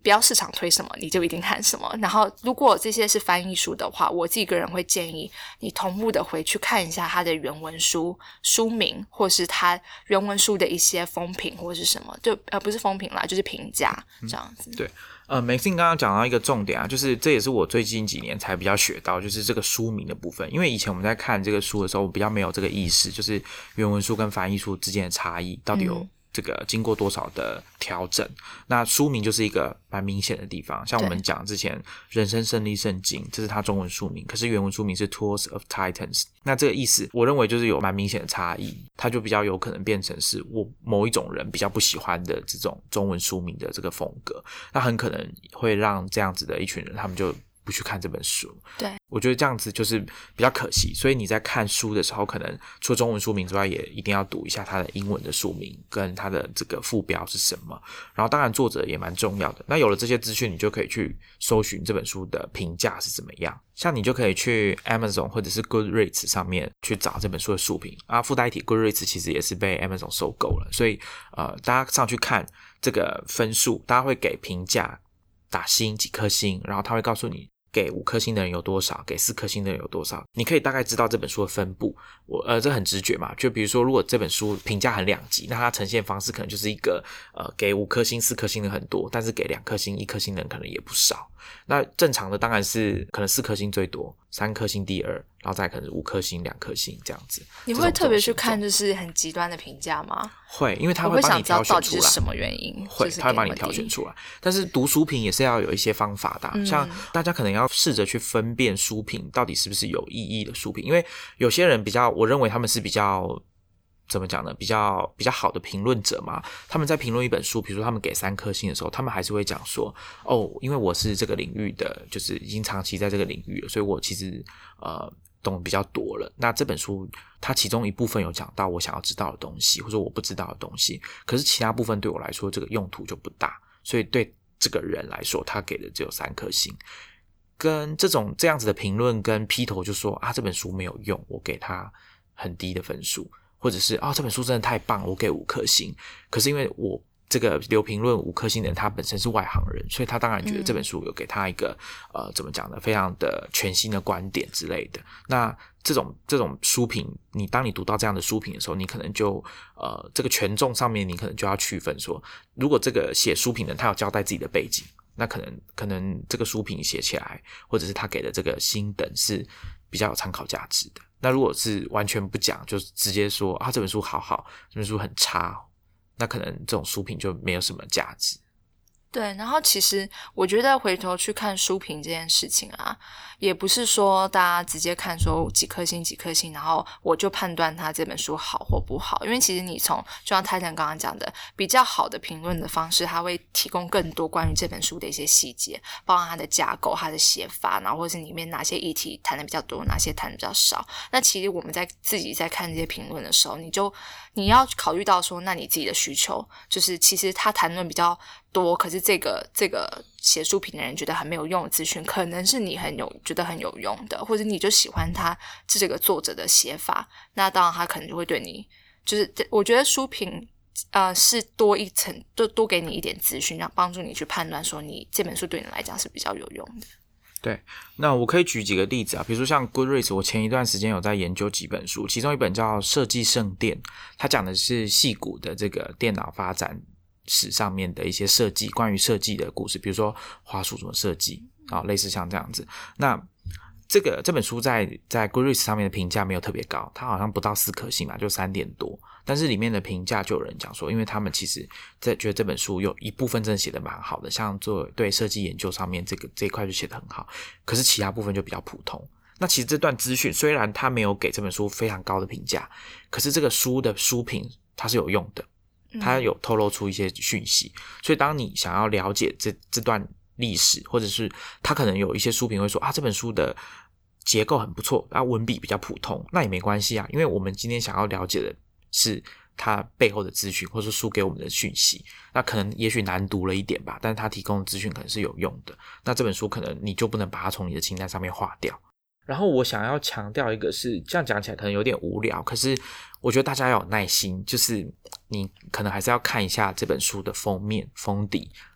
不要市场推什么你就一定看什么。然后如果这些是翻译书的话，我自己个人会建议你同步的回去看一下它的原文书名，或是它原文书的一些风评或是什么，就不是风评啦，就是评价这样子。 对。Maxine 刚刚讲到一个重点啊，就是这也是我最近几年才比较学到，就是这个书名的部分。因为以前我们在看这个书的时候，我比较没有这个意识，就是原文书跟翻译书之间的差异到底有这个经过多少的调整。那书名就是一个蛮明显的地方，像我们讲之前人生胜利圣经，这是它中文书名，可是原文书名是 Tools of Titans。 那这个意思我认为就是有蛮明显的差异，它就比较有可能变成是我某一种人比较不喜欢的这种中文书名的这个风格，那很可能会让这样子的一群人他们就不去看这本书。 对，我觉得这样子就是比较可惜，所以你在看书的时候，可能除了中文书名之外，也一定要读一下它的英文的书名跟它的这个副标是什么。然后当然作者也蛮重要的，那有了这些资讯，你就可以去搜寻这本书的评价是怎么样。像你就可以去 Amazon 或者是 Goodreads 上面去找这本书的书评啊。附带一提 Goodreads 其实也是被 Amazon 收购了，所以大家上去看这个分数，大家会给评价打星几颗星，然后他会告诉你给5颗星的人有多少，给4颗星的人有多少，你可以大概知道这本书的分布。这很直觉嘛，就比如说如果这本书评价很两极，那它呈现方式可能就是一个给5颗星4颗星的很多，但是给2颗星1颗星的人可能也不少。那正常的当然是可能4颗星最多，3颗星第二，然后再可能5颗星2颗星这样子。 你会特别去看就是很极端的评价吗？ 会，因为他会帮你挑选出来。 我会想知道到底是什么原因。 会，他会帮你挑选出来。但是读书评也是要有一些方法的，像大家可能要试着去分辨书评到底是不是有意义的书评，因为有些人我认为他们是比较怎么讲呢？比较好的评论者嘛，他们在评论一本书，比如说他们给3颗星的时候，他们还是会讲说，因为我是这个领域的，就是已经长期在这个领域了，所以我其实懂得比较多了。那这本书它其中一部分有讲到我想要知道的东西，或者我不知道的东西，可是其他部分对我来说这个用途就不大，所以对这个人来说他给的只有3颗星。跟这样子的评论跟劈头就说这本书没有用，我给他很低的分数，或者是这本书真的太棒，我给5颗星。可是因为我这个留评论5颗星的人他本身是外行人，所以他当然觉得这本书有给他一个怎么讲呢，非常的全新的观点之类的。那这种书评，当你读到这样的书评的时候，你可能就这个权重上面你可能就要区分说，如果这个写书评的人他有交代自己的背景，那可能这个书评写起来，或者是他给的这个星等是比较有参考价值的。那如果是完全不讲，就直接说这本书好，这本书很差，那可能这种书评就没有什么价值。 对，然后其实我觉得回头去看书评这件事情啊，也不是说大家直接看说几颗星，然后我就判断他这本书好或不好。因为其实你就像 Titan 刚刚讲的，比较好的评论的方式，他会提供更多关于这本书的一些细节，包含它的架构、它的写法，然后或是里面哪些议题谈的比较多，哪些谈的比较少。那其实我们自己在看这些评论的时候，你要考虑到说，那你自己的需求就是其实他谈论比较多，可是这个写书评的人觉得很没有用的资讯，可能是你觉得很有用的，或者你就喜欢他这个作者的写法，那当然他可能就会对你，就是我觉得书评是多一层，多给你一点资讯，让帮助你去判断说你这本书对你来讲是比较有用的。 对，那我可以举几个例子啊，比如说像 Goodreads， 我前一段时间有在研究几本书，其中一本叫《设计圣殿》，它讲的是矽谷的这个电脑发展史上面的一些设计，关于设计的故事，比如说滑鼠怎么设计类似像这样子。那这本书在 Goodreads 上面的评价没有特别高，它好像不到4颗星嘛，就3点多。但是里面的评价就有人讲说，因为他们其实觉得这本书有一部分真的写得蛮好的，像对设计研究上面这一块就写得很好，可是其他部分就比较普通。那其实这段资讯虽然他没有给这本书非常高的评价，可是这个书的书评它是有用的，它有透露出一些讯息。所以当你想要了解这段历史，或者是他可能有一些书评会说这本书的结构很不错，文笔比较普通，那也没关系啊，因为我们今天想要了解的是它背后的资讯，或者书给我们的讯息，那可能也许难读了一点吧，但是它提供的资讯可能是有用的，那这本书可能你就不能把它从你的清单上面划掉。然后我想要强调一个是，这样讲起来可能有点无聊，可是我觉得大家要有耐心，就是你可能还是要看一下这本书的封面封底，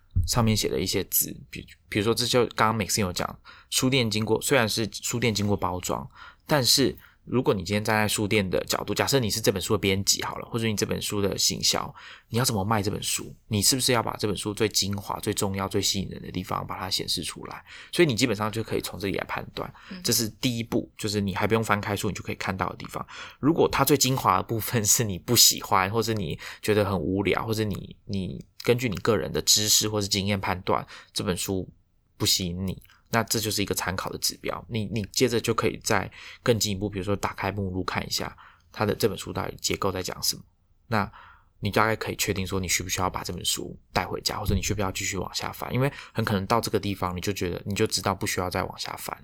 上面写的一些字，比如说这就刚刚 Maxine 有讲，虽然是书店经过包装，但是如果你今天站在书店的角度，假设你是这本书的编辑好了，或者你这本书的行销，你要怎么卖这本书？你是不是要把这本书最精华、最重要、最吸引人的地方把它显示出来？所以你基本上就可以从这里来判断，这是第一步，就是你还不用翻开书，你就可以看到的地方。如果它最精华的部分是你不喜欢，或是你觉得很无聊，或者你根据你个人的知识或是经验判断这本书不吸引你，那这就是一个参考的指标。你接着就可以再更进一步，比如说打开目录看一下它的这本书到底结构在讲什么，那你大概可以确定说你需不需要把这本书带回家，或者你需不需要继续往下翻，因为很可能到这个地方你就知道不需要再往下翻。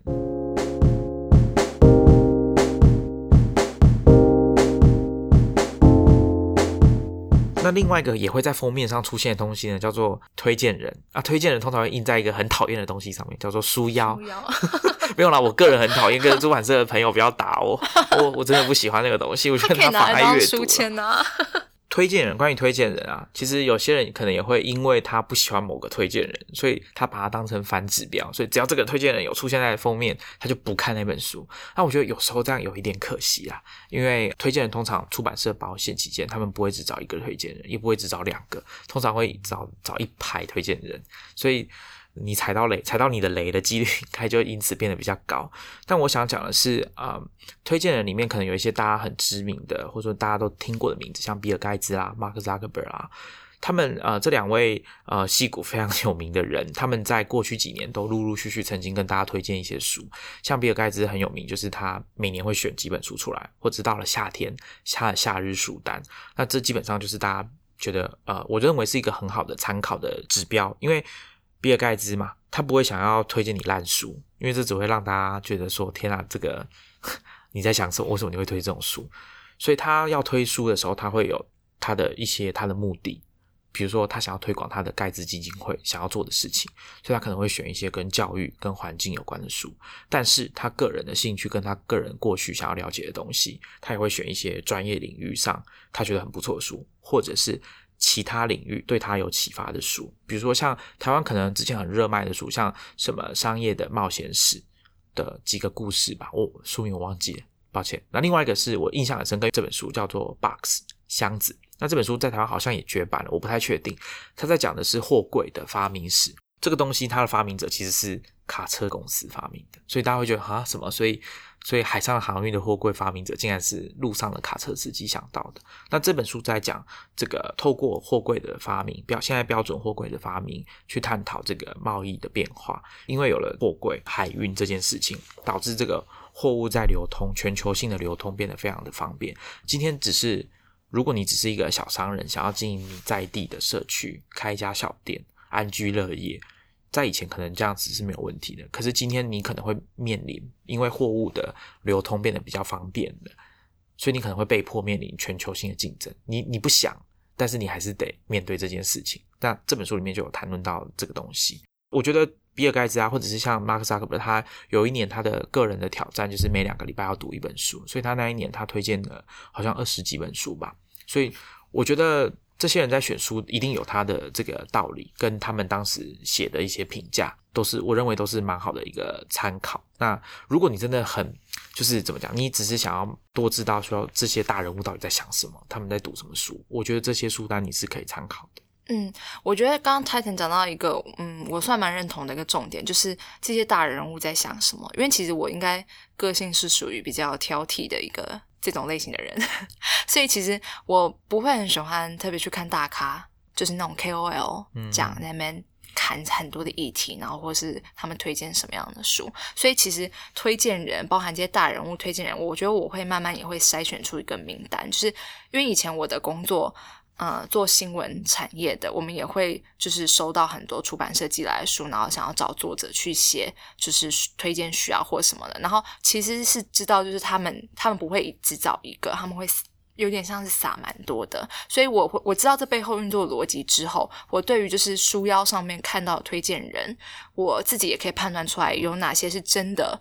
那另外一个也会在封面上出现的东西呢，叫做推荐人啊。推荐人通常会印在一个很讨厌的东西上面，叫做书腰。没有啦，我个人很讨厌，跟出版社的朋友不要打我，我真的不喜欢那个东西，我觉得它妨碍阅读。可以拿来当书签啊。推荐人，关于推荐人啊，其实有些人可能也会因为他不喜欢某个推荐人，所以他把它当成反指标，所以只要这个推荐人有出现在封面，他就不看那本书。那我觉得有时候这样有一点可惜啦，因为推荐人通常出版社保险期间，他们不会只找一个推荐人，也不会只找2个，通常会找一排推荐人，所以你踩到你的雷的几率应该就因此变得比较高。但我想讲的是推荐人里面可能有一些大家很知名的，或者说大家都听过的名字，像比尔盖茨啦、马克扎克伯啦，他们这2位矽谷非常有名的人，他们在过去几年都陆陆续续曾经跟大家推荐一些书。像比尔盖茨很有名，就是他每年会选几本书出来，或者到了夏天他的夏日书单，那这基本上就是大家觉得我认为是一个很好的参考的指标。因为比尔盖茨嘛，他不会想要推荐你烂书，因为这只会让大家觉得说天啊，这个你在想什么，为什么你会推这种书。所以他要推书的时候，他会有他的目的，比如说他想要推广他的盖茨基金会想要做的事情，所以他可能会选一些跟教育跟环境有关的书。但是他个人的兴趣跟他个人过去想要了解的东西，他也会选一些专业领域上他觉得很不错的书，或者是其他领域对他有启发的书。比如说像台湾可能之前很热卖的书，像什么商业的冒险史的几个故事吧，书名我忘记了，抱歉。那另外一个是我印象很深刻，这本书叫做 Box 箱子，那这本书在台湾好像也绝版了，我不太确定。他在讲的是货柜的发明史，这个东西它的发明者其实是卡车公司发明的，所以大家会觉得什么，所以海上航运的货柜发明者竟然是路上的卡车司机想到的。那这本书在讲这个透过货柜的发明，现在标准货柜的发明，去探讨这个贸易的变化。因为有了货柜海运这件事情，导致这个货物在流通，全球性的流通变得非常的方便。今天如果你只是一个小商人，想要经营你在地的社区，开一家小店，安居乐业，在以前可能这样子是没有问题的，可是今天你可能会面临，因为货物的流通变得比较方便了，所以你可能会被迫面临全球性的竞争。你不想，但是你还是得面对这件事情。那这本书里面就有谈论到这个东西。我觉得比尔盖茨啊，或者是像马克扎克伯，他有一年他的个人的挑战就是每2个礼拜要读一本书，所以他那一年他推荐了好像20几本书吧。所以我觉得这些人在选书一定有他的这个道理，跟他们当时写的一些评价我认为都是蛮好的一个参考。那如果你真的就是怎么讲，你只是想要多知道说这些大人物到底在想什么，他们在读什么书，我觉得这些书单你是可以参考的。 我觉得刚刚 Titan 讲到一个我算蛮认同的一个重点，就是这些大人物在想什么。因为其实我应该个性是属于比较挑剔的一个这种类型的人所以其实我不会很喜欢特别去看大咖，就是那种 KOL 讲在那边谈很多的议题，然后或是他们推荐什么样的书。所以其实推荐人包含这些大人物推荐人，我觉得我会慢慢也会筛选出一个名单，就是因为以前我的工作做新闻产业的，我们也会就是收到很多出版社寄来的书，然后想要找作者去写就是推荐序啊或什么的。然后其实是知道就是他们不会只找一个，他们会有点像是撒蛮多的。所以我知道这背后运作的逻辑之后，我对于就是书腰上面看到的推荐人，我自己也可以判断出来有哪些是真的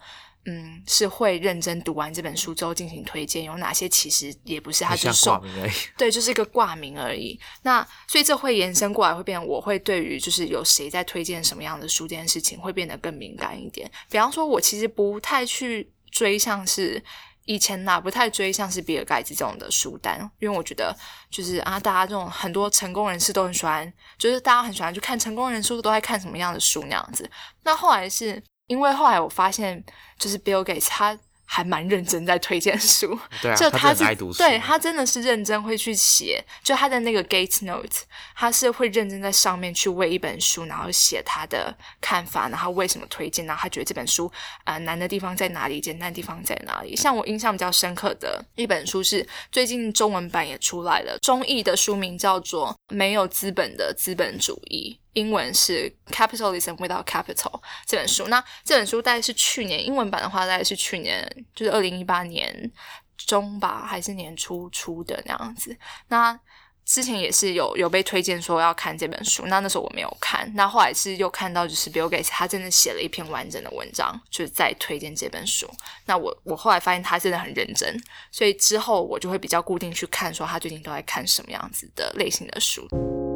是会认真读完这本书之后进行推荐，有哪些其实也不是，它就是像挂名而已。 对，就是一个挂名而已。那所以这会延伸过来，会变成我会对于就是有谁在推荐什么样的书这件事情会变得更敏感一点。比方说我其实不太去追像是以前不太追像是比尔盖茨这种的书单，因为我觉得就是大家这种很多成功人士都很喜欢，就是大家很喜欢去看成功人士都在看什么样的书那样子。那后来是因为后来我发现就是 Bill Gates 他还蛮认真在推荐书， 对啊， 就他真的很爱读书， 对，他真的是认真会去写，就他的那个 Gates Note 他是会认真在上面去为一本书然后写他的看法，然后为什么推荐，然后他觉得这本书难的地方在哪里，简单的地方在哪里。像我印象比较深刻的一本书是最近中文版也出来了，中译的书名叫做没有资本的资本主义，英文是 Capitalism Without Capital 这本书。那这本书大概是去年，英文版的话大概是去年就是2018年中吧还是年初出的那样子。那之前也是有被推荐说要看这本书，那时候我没有看，那后来是又看到就是 Bill Gates 他真的写了一篇完整的文章就是在推荐这本书。那我后来发现他真的很认真，所以之后我就会比较固定去看说他最近都在看什么样子的类型的书。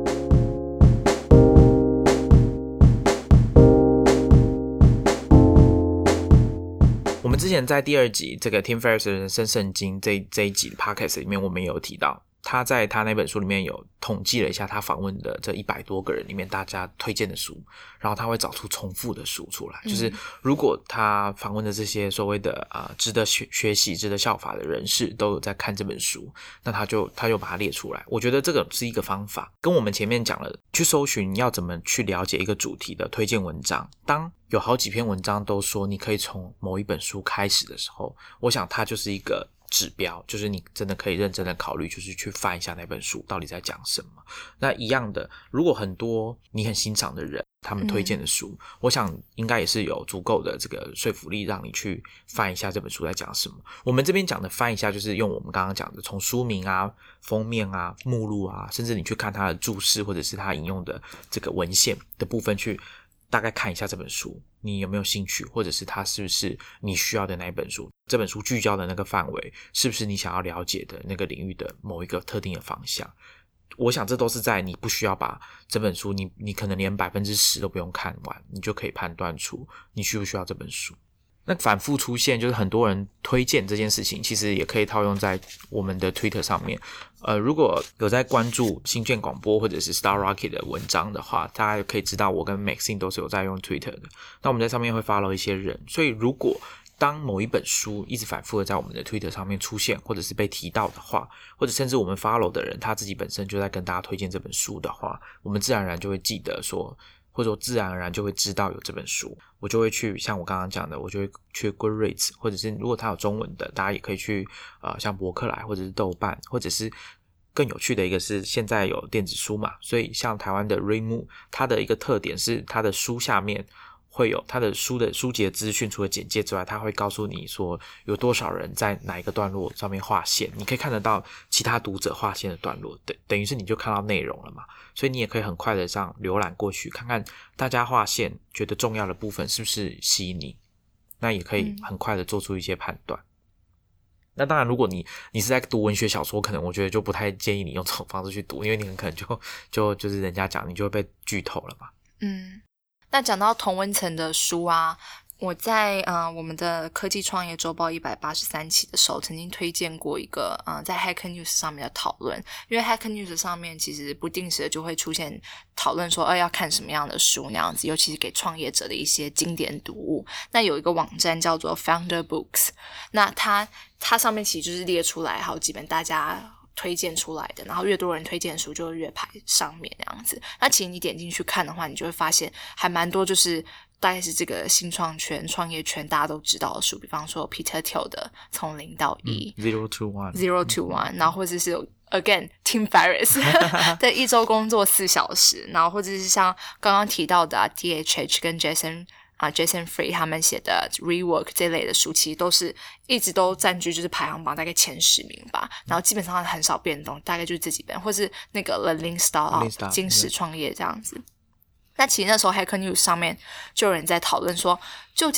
我们之前在第2集这个 Tim Ferriss 的人生圣经这一集的 podcast 里面，我们也有提到他在他那本书里面有统计了一下他访问的这100多个人里面大家推荐的书，然后他会找出重复的书出来，就是如果他访问的这些所谓的值得学习值得效法的人士都有在看这本书，那他就把它列出来。我觉得这个是一个方法，跟我们前面讲了去搜寻要怎么去了解一个主题的推荐文章，当有好几篇文章都说你可以从某一本书开始的时候，我想它就是一个指标，就是你真的可以认真的考虑，就是去翻一下那本书到底在讲什么。那一样的，如果很多你很欣赏的人他们推荐的书，我想应该也是有足够的这个说服力让你去翻一下这本书在讲什么。我们这边讲的翻一下，就是用我们刚刚讲的从书名封面目录甚至你去看它的注释或者是它引用的这个文献的部分去大概看一下这本书你有没有兴趣，或者是它是不是你需要的那一本书，这本书聚焦的那个范围是不是你想要了解的那个领域的某一个特定的方向。我想这都是在你不需要把这本书你可能连 10% 都不用看完，你就可以判断出你需不需要这本书。那反复出现就是很多人推荐这件事情，其实也可以套用在我们的 Twitter 上面。如果有在关注新建广播或者是 Star Rocket 的文章的话，大家可以知道我跟 Maxine 都是有在用 Twitter 的。那我们在上面会 follow 一些人，所以如果当某一本书一直反复的在我们的 Twitter 上面出现，或者是被提到的话，或者甚至我们 follow 的人他自己本身就在跟大家推荐这本书的话，我们自然而然就会记得说，或者说自然而然就会知道有这本书，我就会去像我刚刚讲的，我就会去 Goodreads， 或者是如果它有中文的，大家也可以去像博客来或者是豆瓣，或者是更有趣的一个是现在有电子书嘛，所以像台湾的 Readmoo， 它的一个特点是它的书下面会有它的书籍的资讯，除了简介之外，它会告诉你说有多少人在哪一个段落上面划线，你可以看得到其他读者划线的段落，等于是你就看到内容了嘛，所以你也可以很快的这样浏览过去，看看大家划线觉得重要的部分是不是吸引你，那也可以很快的做出一些判断。那当然如果你是在读文学小说，可能我觉得就不太建议你用这种方式去读，因为你很可能就是人家讲你就会被剧透了嘛。 那讲到同温层的书我在我们的科技创业周报183期的时候曾经推荐过一个在 Hacker News 上面的讨论，因为 Hacker News 上面其实不定时的就会出现讨论说要看什么样的书那样子，尤其是给创业者的一些经典读物。那有一个网站叫做 Founder Books， 那它上面其实就是列出来好几本大家推荐出来的，然后越多人推荐的书就会越排上面那样子。那其实你点进去看的话，你就会发现还蛮多就是大概是这个新创圈创业圈大家都知道的书，比方说 Peter Thiel 的从0到1 Zero to One， 然后或者是Again Tim Ferriss 的一周工作4小时，然后或者是像刚刚提到的DHH 跟 Jason Fried 他们写的 Rework 这类的书，其实都是一直都占据就是排行榜大概前10名吧，然后基本上很少变动，大概就是这几本，或是那个 The Lean Startup 精实创业这样子。那其实那时候 Hacker News 上面就有人在讨论说，究竟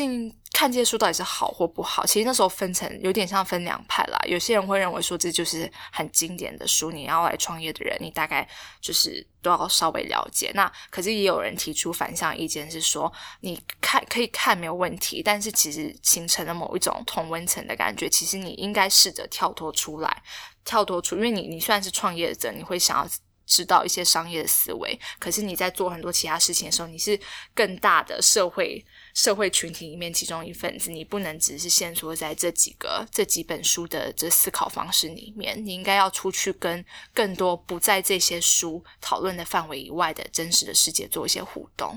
看这些书到底是好或不好，其实那时候分成有点像分两派啦。有些人会认为说这就是很经典的书，你要来创业的人你大概就是都要稍微了解。那可是也有人提出反向意见，是说你可以看没有问题，但是其实形成了某一种同温层的感觉，其实你应该试着跳脱出，因为你虽然是创业者，你会想要知道一些商业的思维，可是你在做很多其他事情的时候，你是更大的社会群体里面其中一份子，你不能只是限缩在这几本书的这思考方式里面，你应该要出去跟更多不在这些书讨论的范围以外的真实的世界做一些互动。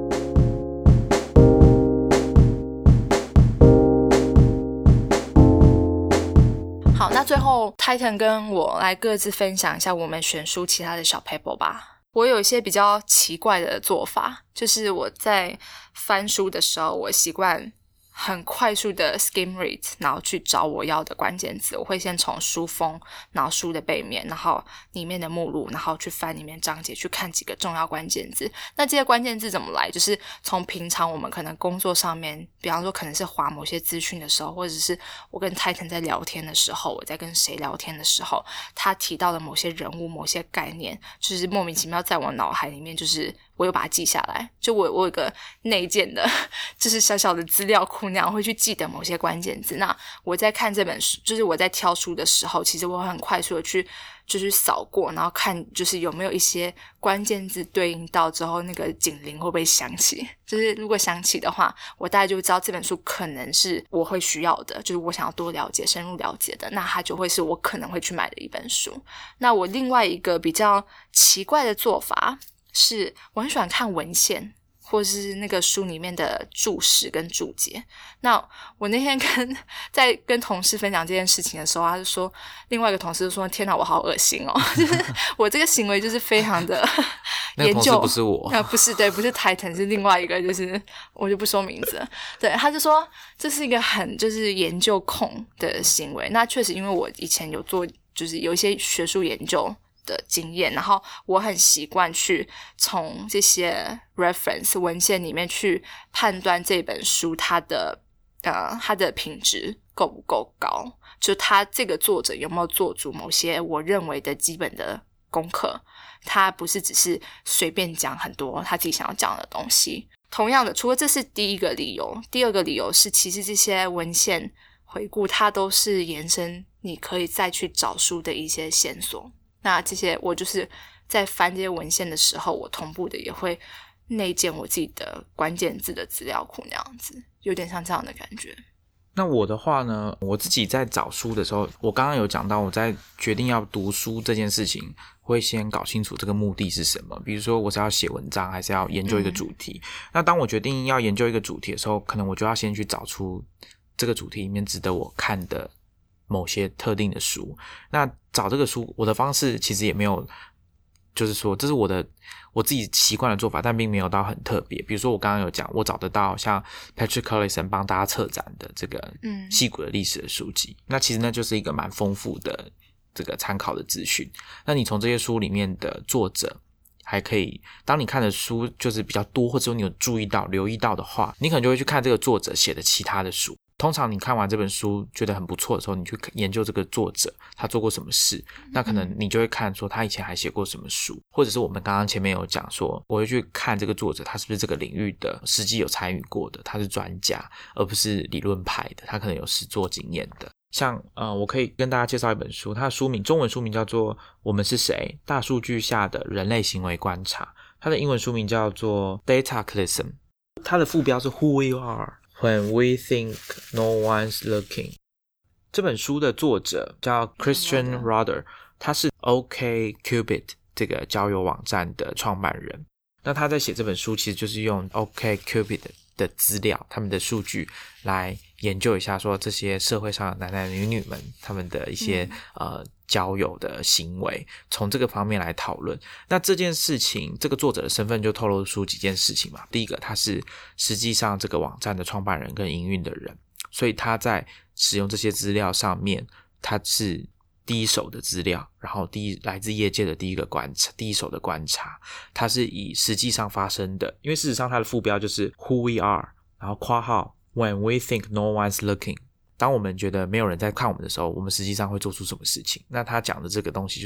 好，那最后 Titan 跟我来各自分享一下我们选书其他的小 paper 吧。我有一些比较奇怪的做法，就是我在翻书的时候，我习惯很快速的 skim read， 然后去找我要的关键字。我会先从书封，然后书的背面，然后里面的目录，然后去翻里面章节，去看几个重要关键字。那这些关键字怎么来？就是从平常我们可能工作上面，比方说可能是滑某些资讯的时候，或者是我跟 Titan 在聊天的时候，我在跟谁聊天的时候，他提到的某些人物、某些概念，就是莫名其妙在我脑海里面，就是我有把它记下来。就我有一个内建的就是小小的资料库那样，会去记得某些关键字。那我在看这本书，就是我在挑书的时候，其实我很快速的去就是扫过，然后看就是有没有一些关键字对应到之后那个警铃会不会响起，就是如果响起的话，我大概就知道这本书可能是我会需要的，就是我想要多了解深入了解的，那它就会是我可能会去买的一本书。那我另外一个比较奇怪的做法是，我很喜欢看文献或是那个书里面的注释跟注解。那我那天在跟同事分享这件事情的时候，他就说，另外一个同事就说，天哪，我好恶心哦，就是我这个行为就是非常的那个同事不是我， 不是，对，不是 Titan， 是另外一个，就是我就不说名字了。对，他就说这是一个很就是研究控的行为。那确实因为我以前有做就是有一些学术研究的经验，然后我很习惯去从这些 reference 文献里面去判断这本书它的品质够不够高，就他这个作者有没有做足某些我认为的基本的功课，他不是只是随便讲很多他自己想要讲的东西。同样的，除了这是第一个理由，第二个理由是其实这些文献回顾它都是延伸你可以再去找书的一些线索。那这些我就是在翻这些文献的时候，我同步的也会内建我自己的关键字的资料库那样子，有点像这样的感觉。 那我的话呢，我自己在找书的时候，我刚刚有讲到我在决定要读书这件事情，会先搞清楚这个目的是什么，比如说我是要写文章还是要研究一个主题。那当我决定要研究一个主题的时候，可能我就要先去找出这个主题里面值得我看的某些特定的书。那找这个书，我的方式其实也没有，就是说这是我自己习惯的做法，但并没有到很特别。比如说我刚刚有讲，我找得到像 Patrick Collison 帮大家策展的这个矽谷的历史的书籍，那其实那就是一个蛮丰富的这个参考的资讯。那你从这些书里面的作者还可以，当你看的书就是比较多，或者说你有留意到的话，你可能就会去看这个作者写的其他的书。通常你看完这本书觉得很不错的时候，你去研究这个作者他做过什么事，那可能你就会看说他以前还写过什么书，或者是我们刚刚前面有讲说，我会去看这个作者他是不是这个领域的实际有参与过的，他是专家而不是理论派的，他可能有实作经验的。像我可以跟大家介绍一本书，它的中文书名叫做《我们是谁：大数据下的人类行为观察》，它的英文书名叫做 Dataclysm， 它的副标是 Who We Are When We Think No One's Looking。 这本书的作者叫 Christian Rudder， 他是 OkCupid 这个交友网站的创办人。那他在写这本书其实就是用 OkCupid 的资料，他们的数据来研究一下说这些社会上的男女们他们的一些交友的行为，从这个方面来讨论。那这件事情，这个作者的身份就透露出几件事情嘛。第一个，他是实际上这个网站的创办人跟营运的人，所以他在使用这些资料上面，他是第一手的资料，然后来自业界的第一手的观察，它是以实际上发生的，因为事实上它的副标就是 Who We Are， 然后括号 When we think no one's looking， 当我们觉得没有人在看我们的时候，我们实际上会做出什么事情。那他讲的这个东西就是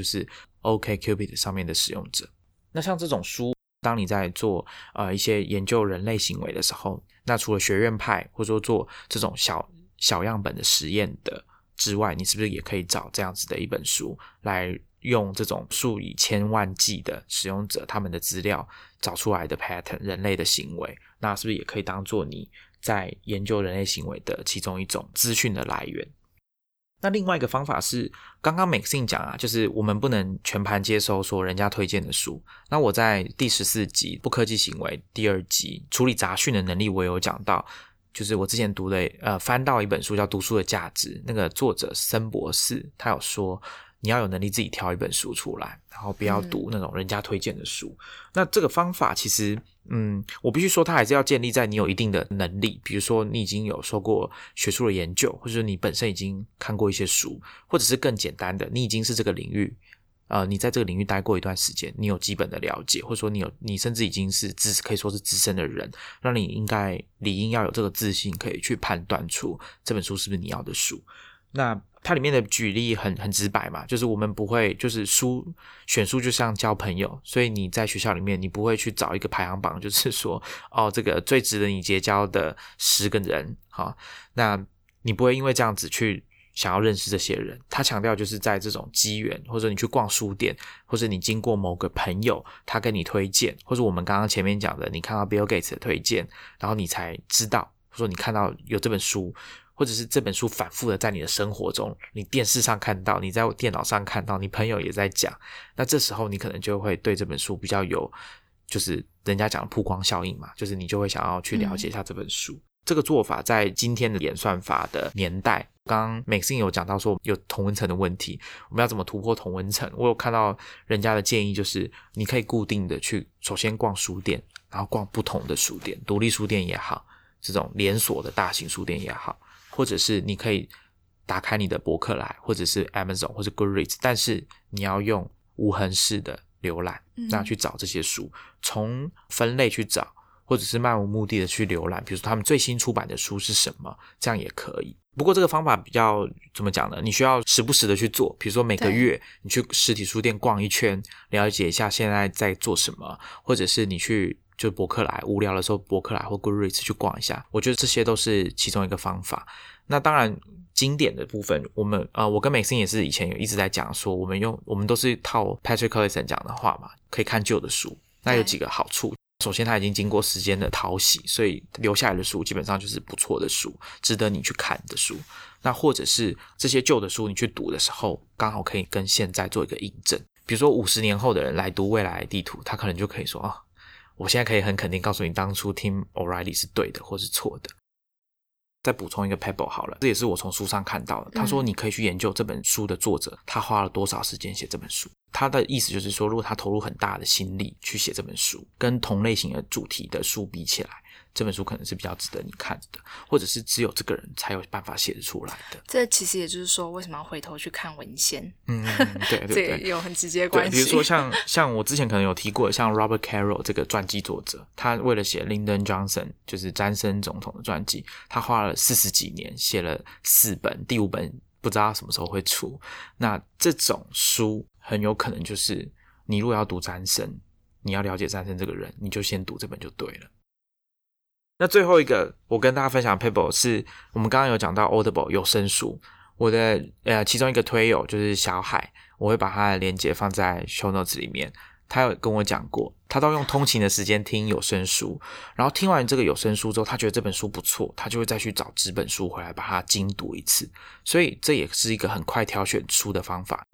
OkCupid 上面的使用者。那像这种书，当你在做一些研究人类行为的时候，那除了学院派或者说做这种小样本的实验的之外，你是不是也可以找这样子的一本书来用这种数以千万计的使用者他们的资料找出来的 pattern 人类的行为，那是不是也可以当做你在研究人类行为的其中一种资讯的来源？那另外一个方法是刚刚 Maxine 讲啊，就是我们不能全盘接收说人家推荐的书。那我在第14集不科技行为第2集处理杂讯的能力，我有讲到，就是我之前读的翻到一本书叫《读书的价值》，那个作者森博士他有说你要有能力自己挑一本书出来，然后不要读那种人家推荐的书。那这个方法其实我必须说它还是要建立在你有一定的能力，比如说你已经有受过学术的研究，或者说你本身已经看过一些书，或者是更简单的，你已经是这个领域你在这个领域待过一段时间，你有基本的了解，或者说你甚至已经是可以说是资深的人，那你应该理应要有这个自信可以去判断出这本书是不是你要的书。那它里面的举例很直白嘛，就是我们不会，就是选书就像交朋友，所以你在学校里面你不会去找一个排行榜，就是说这个最值得你结交的10个人，那你不会因为这样子去想要认识这些人。他强调就是在这种机缘，或者你去逛书店，或者你经过某个朋友他跟你推荐，或者我们刚刚前面讲的你看到 Bill Gates 的推荐，然后你才知道，或者说你看到有这本书，或者是这本书反复的在你的生活中，你电视上看到，你在电脑上看到，你朋友也在讲，那这时候你可能就会对这本书比较有，就是人家讲的曝光效应嘛，就是你就会想要去了解一下这本书。这个做法在今天的演算法的年代，刚刚 Maxine 有讲到说有同温层的问题，我们要怎么突破同温层？我有看到人家的建议，就是你可以固定的去首先逛书店，然后逛不同的书店，独立书店也好，这种连锁的大型书店也好，或者是你可以打开你的博客来，或者是 Amazon 或者 Goodreads， 但是你要用无痕式的浏览，那去找这些书，从分类去找，或者是漫无目的的去浏览，比如说他们最新出版的书是什么，这样也可以。不过这个方法比较怎么讲呢？你需要时不时的去做，比如说每个月你去实体书店逛一圈，了解一下现在在做什么，或者是你去就博客来，无聊的时候博客来或 Goodreads 去逛一下，我觉得这些都是其中一个方法。那当然经典的部分，我跟 Maxine 也是以前有一直在讲说，我们都是套 Patrick Collison 讲的话嘛，可以看旧的书，那有几个好处。首先它已经经过时间的淘洗，所以留下来的书基本上就是不错的书，值得你去看的书。那或者是这些旧的书你去读的时候，刚好可以跟现在做一个印证。比如说50年后的人来读未来的地图，他可能就可以说我现在可以很肯定告诉你当初 Tim O'Reilly 是对的或是错的。再补充一个 Pebble 好了，这也是我从书上看到的。他说你可以去研究这本书的作者他花了多少时间写这本书。他的意思就是说，如果他投入很大的心力去写这本书，跟同类型的主题的书比起来，这本书可能是比较值得你看的，或者是只有这个人才有办法写得出来的。 这其实也就是说，为什么要回头去看文献？ 对对对， 这也有很直接关系。 比如说像我之前可能有提过，像 Robert Caro 这个传记作者，他为了写 Lyndon Johnson 就是詹森总统的传记，他花了40几年写了4本，第5本不知道什么时候会出。那这种书很有可能就是你如果要读詹森，你要了解詹森这个人，你就先读这本就对了。那最后一个我跟大家分享的 paper 是我们刚刚有讲到 Audible 有声书，我的其中一个推友就是小海，我会把他的连结放在 show notes 里面。他有跟我讲过，他都用通勤的时间听有声书，然后听完这个有声书之后，他觉得这本书不错，他就会再去找纸本书回来把它精读一次，所以这也是一个很快挑选书的方法。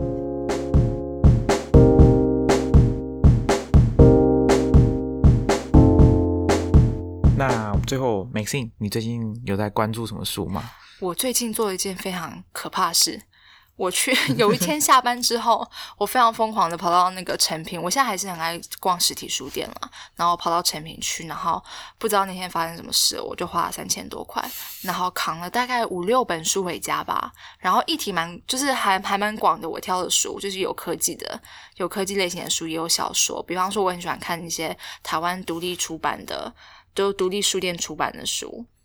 那最后 Maxine 你最近有在关注什么书吗？ 我最近做了一件非常可怕的事，我去有一天下班之后我非常疯狂的跑到那个诚品，我现在还是很爱逛实体书店啦，然后跑到诚品去，然后不知道那天发生什么事，我就花了3000多块，然后扛了大概5-6本书回家吧，然后议题就是还蛮广的，我挑的书就是有科技类型的书，也有小说，比方说我很喜欢看一些台湾独立出版的就独立书店出版的书，比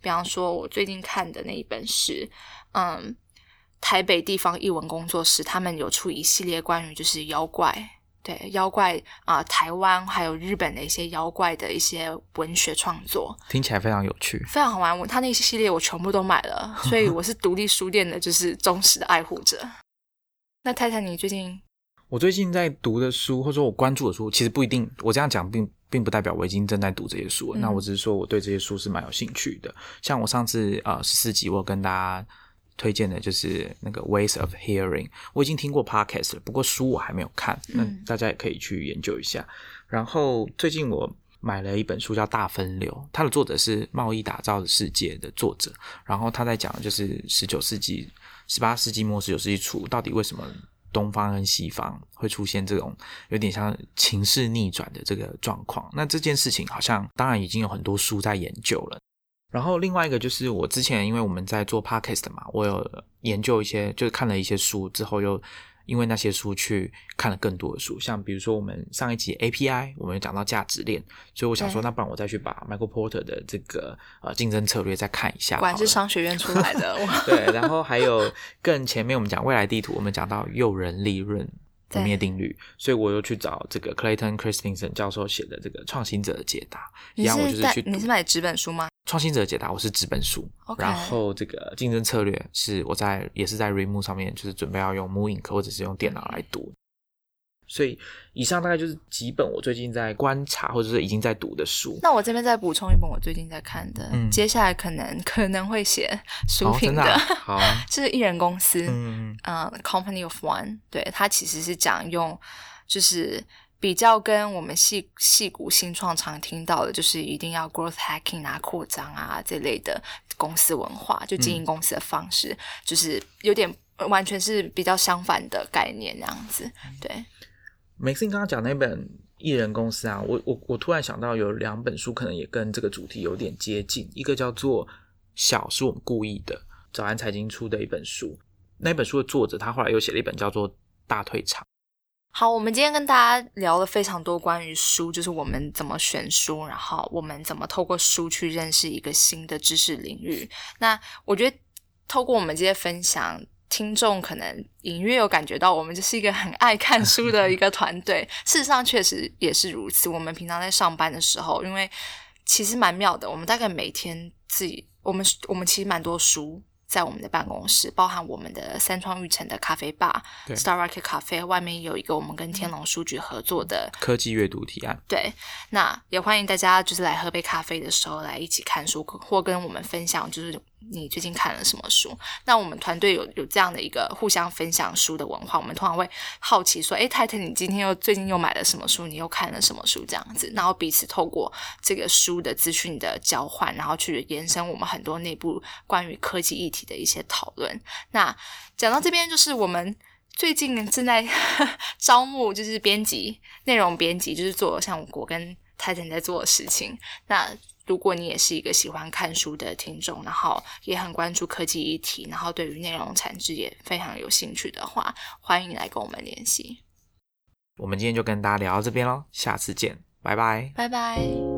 比方说我最近看的那一本是台北地方艺文工作室，他们有出一系列关于就是妖怪，对妖怪台湾还有日本的一些妖怪的一些文学创作， 听起来非常有趣， 非常好玩。他那些系列我全部都买了，所以我是独立书店的就是忠实的爱护者。那太太你最近？ 我最近在读的书或者说我关注的书，其实不一定，我这样讲并不代表我已经正在读这些书了，那我只是说我对这些书是蛮有兴趣的。像我上次14集我跟大家推荐的就是那个 Ways of Hearing， 我已经听过 podcast 了，不过书我还没有看，那大家也可以去研究一下。然后最近我买了一本书叫《大分流》，它的作者是《贸易打造的世界》的作者，然后他在讲的就是18世纪末19世纪初到底为什么东方跟西方会出现这种有点像情势逆转的这个状况。那这件事情好像当然已经有很多书在研究了。然后另外一个就是我之前因为我们在做 podcast 嘛，我有研究一些，就是看了一些书之后又因为那些书去看了更多的书，像比如说我们上一集 API 我们有讲到价值链，所以我想说那不然我再去把 Michael Porter 的这个竞争策略再看一下。 果然是商学院出来的对，然后还有更前面我们讲未来地图，我们讲到诱人利润不灭定律，所以我又去找这个 Clayton Christensen 教授写的这个创新者的解答。一样我就是去读。 你是买纸本书吗？ 创新者的解答我是纸本书， okay. 然后这个竞争策略是我也是在 Readmoo 上面就是准备要用 Mooink 或者是用电脑来读。所以以上大概就是几本我最近在观察或者是已经在读的书。 那我这边再补充一本我最近在看的，接下来可能会写书评的， 真的好啊是艺人公司Company of One， 对，它其实是讲用就是比较跟我们矽谷新创常听到的就是一定要 growth hacking 扩张这类的公司文化，就经营公司的方式就是有点完全是比较相反的概念这样子。对 Maxine 刚刚讲那本艺人公司啊，我突然想到有2本书可能也跟这个主题有点接近，一个叫做小是我们故意的，早安财经出的一本书，那本书的作者他后来又写了一本叫做大退场。 好，我们今天跟大家聊了非常多关于书，就是我们怎么选书，然后我们怎么透过书去认识一个新的知识领域。那我觉得透过我们这些分享，听众可能隐约有感觉到我们就是一个很爱看书的一个团队事实上确实也是如此。我们平常在上班的时候，因为其实蛮妙的，我们大概每天我们其实蛮多书在我们的办公室，包含我们的三创育城的咖啡吧 Starbucks 咖啡，外面有一个我们跟天龙书局合作的科技阅读提案。 对，那也欢迎大家就是来喝杯咖啡的时候来一起看书，或跟我们分享就是你最近看了什么书。那我们团队有这样的一个互相分享书的文化，我们通常会好奇说太太你今天最近又买了什么书，你又看了什么书这样子，然后彼此透过这个书的资讯的交换，然后去延伸我们很多内部关于科技议题的一些讨论。那讲到这边，就是我们最近正在招募就是内容编辑，就是做像我跟太太在做的事情。那如果你也是一个喜欢看书的听众，然后也很关注科技议题，然后对于内容产制也非常有兴趣的话，欢迎来跟我们联系。 我们今天就跟大家聊到这边咯，下次见，拜拜， 拜拜。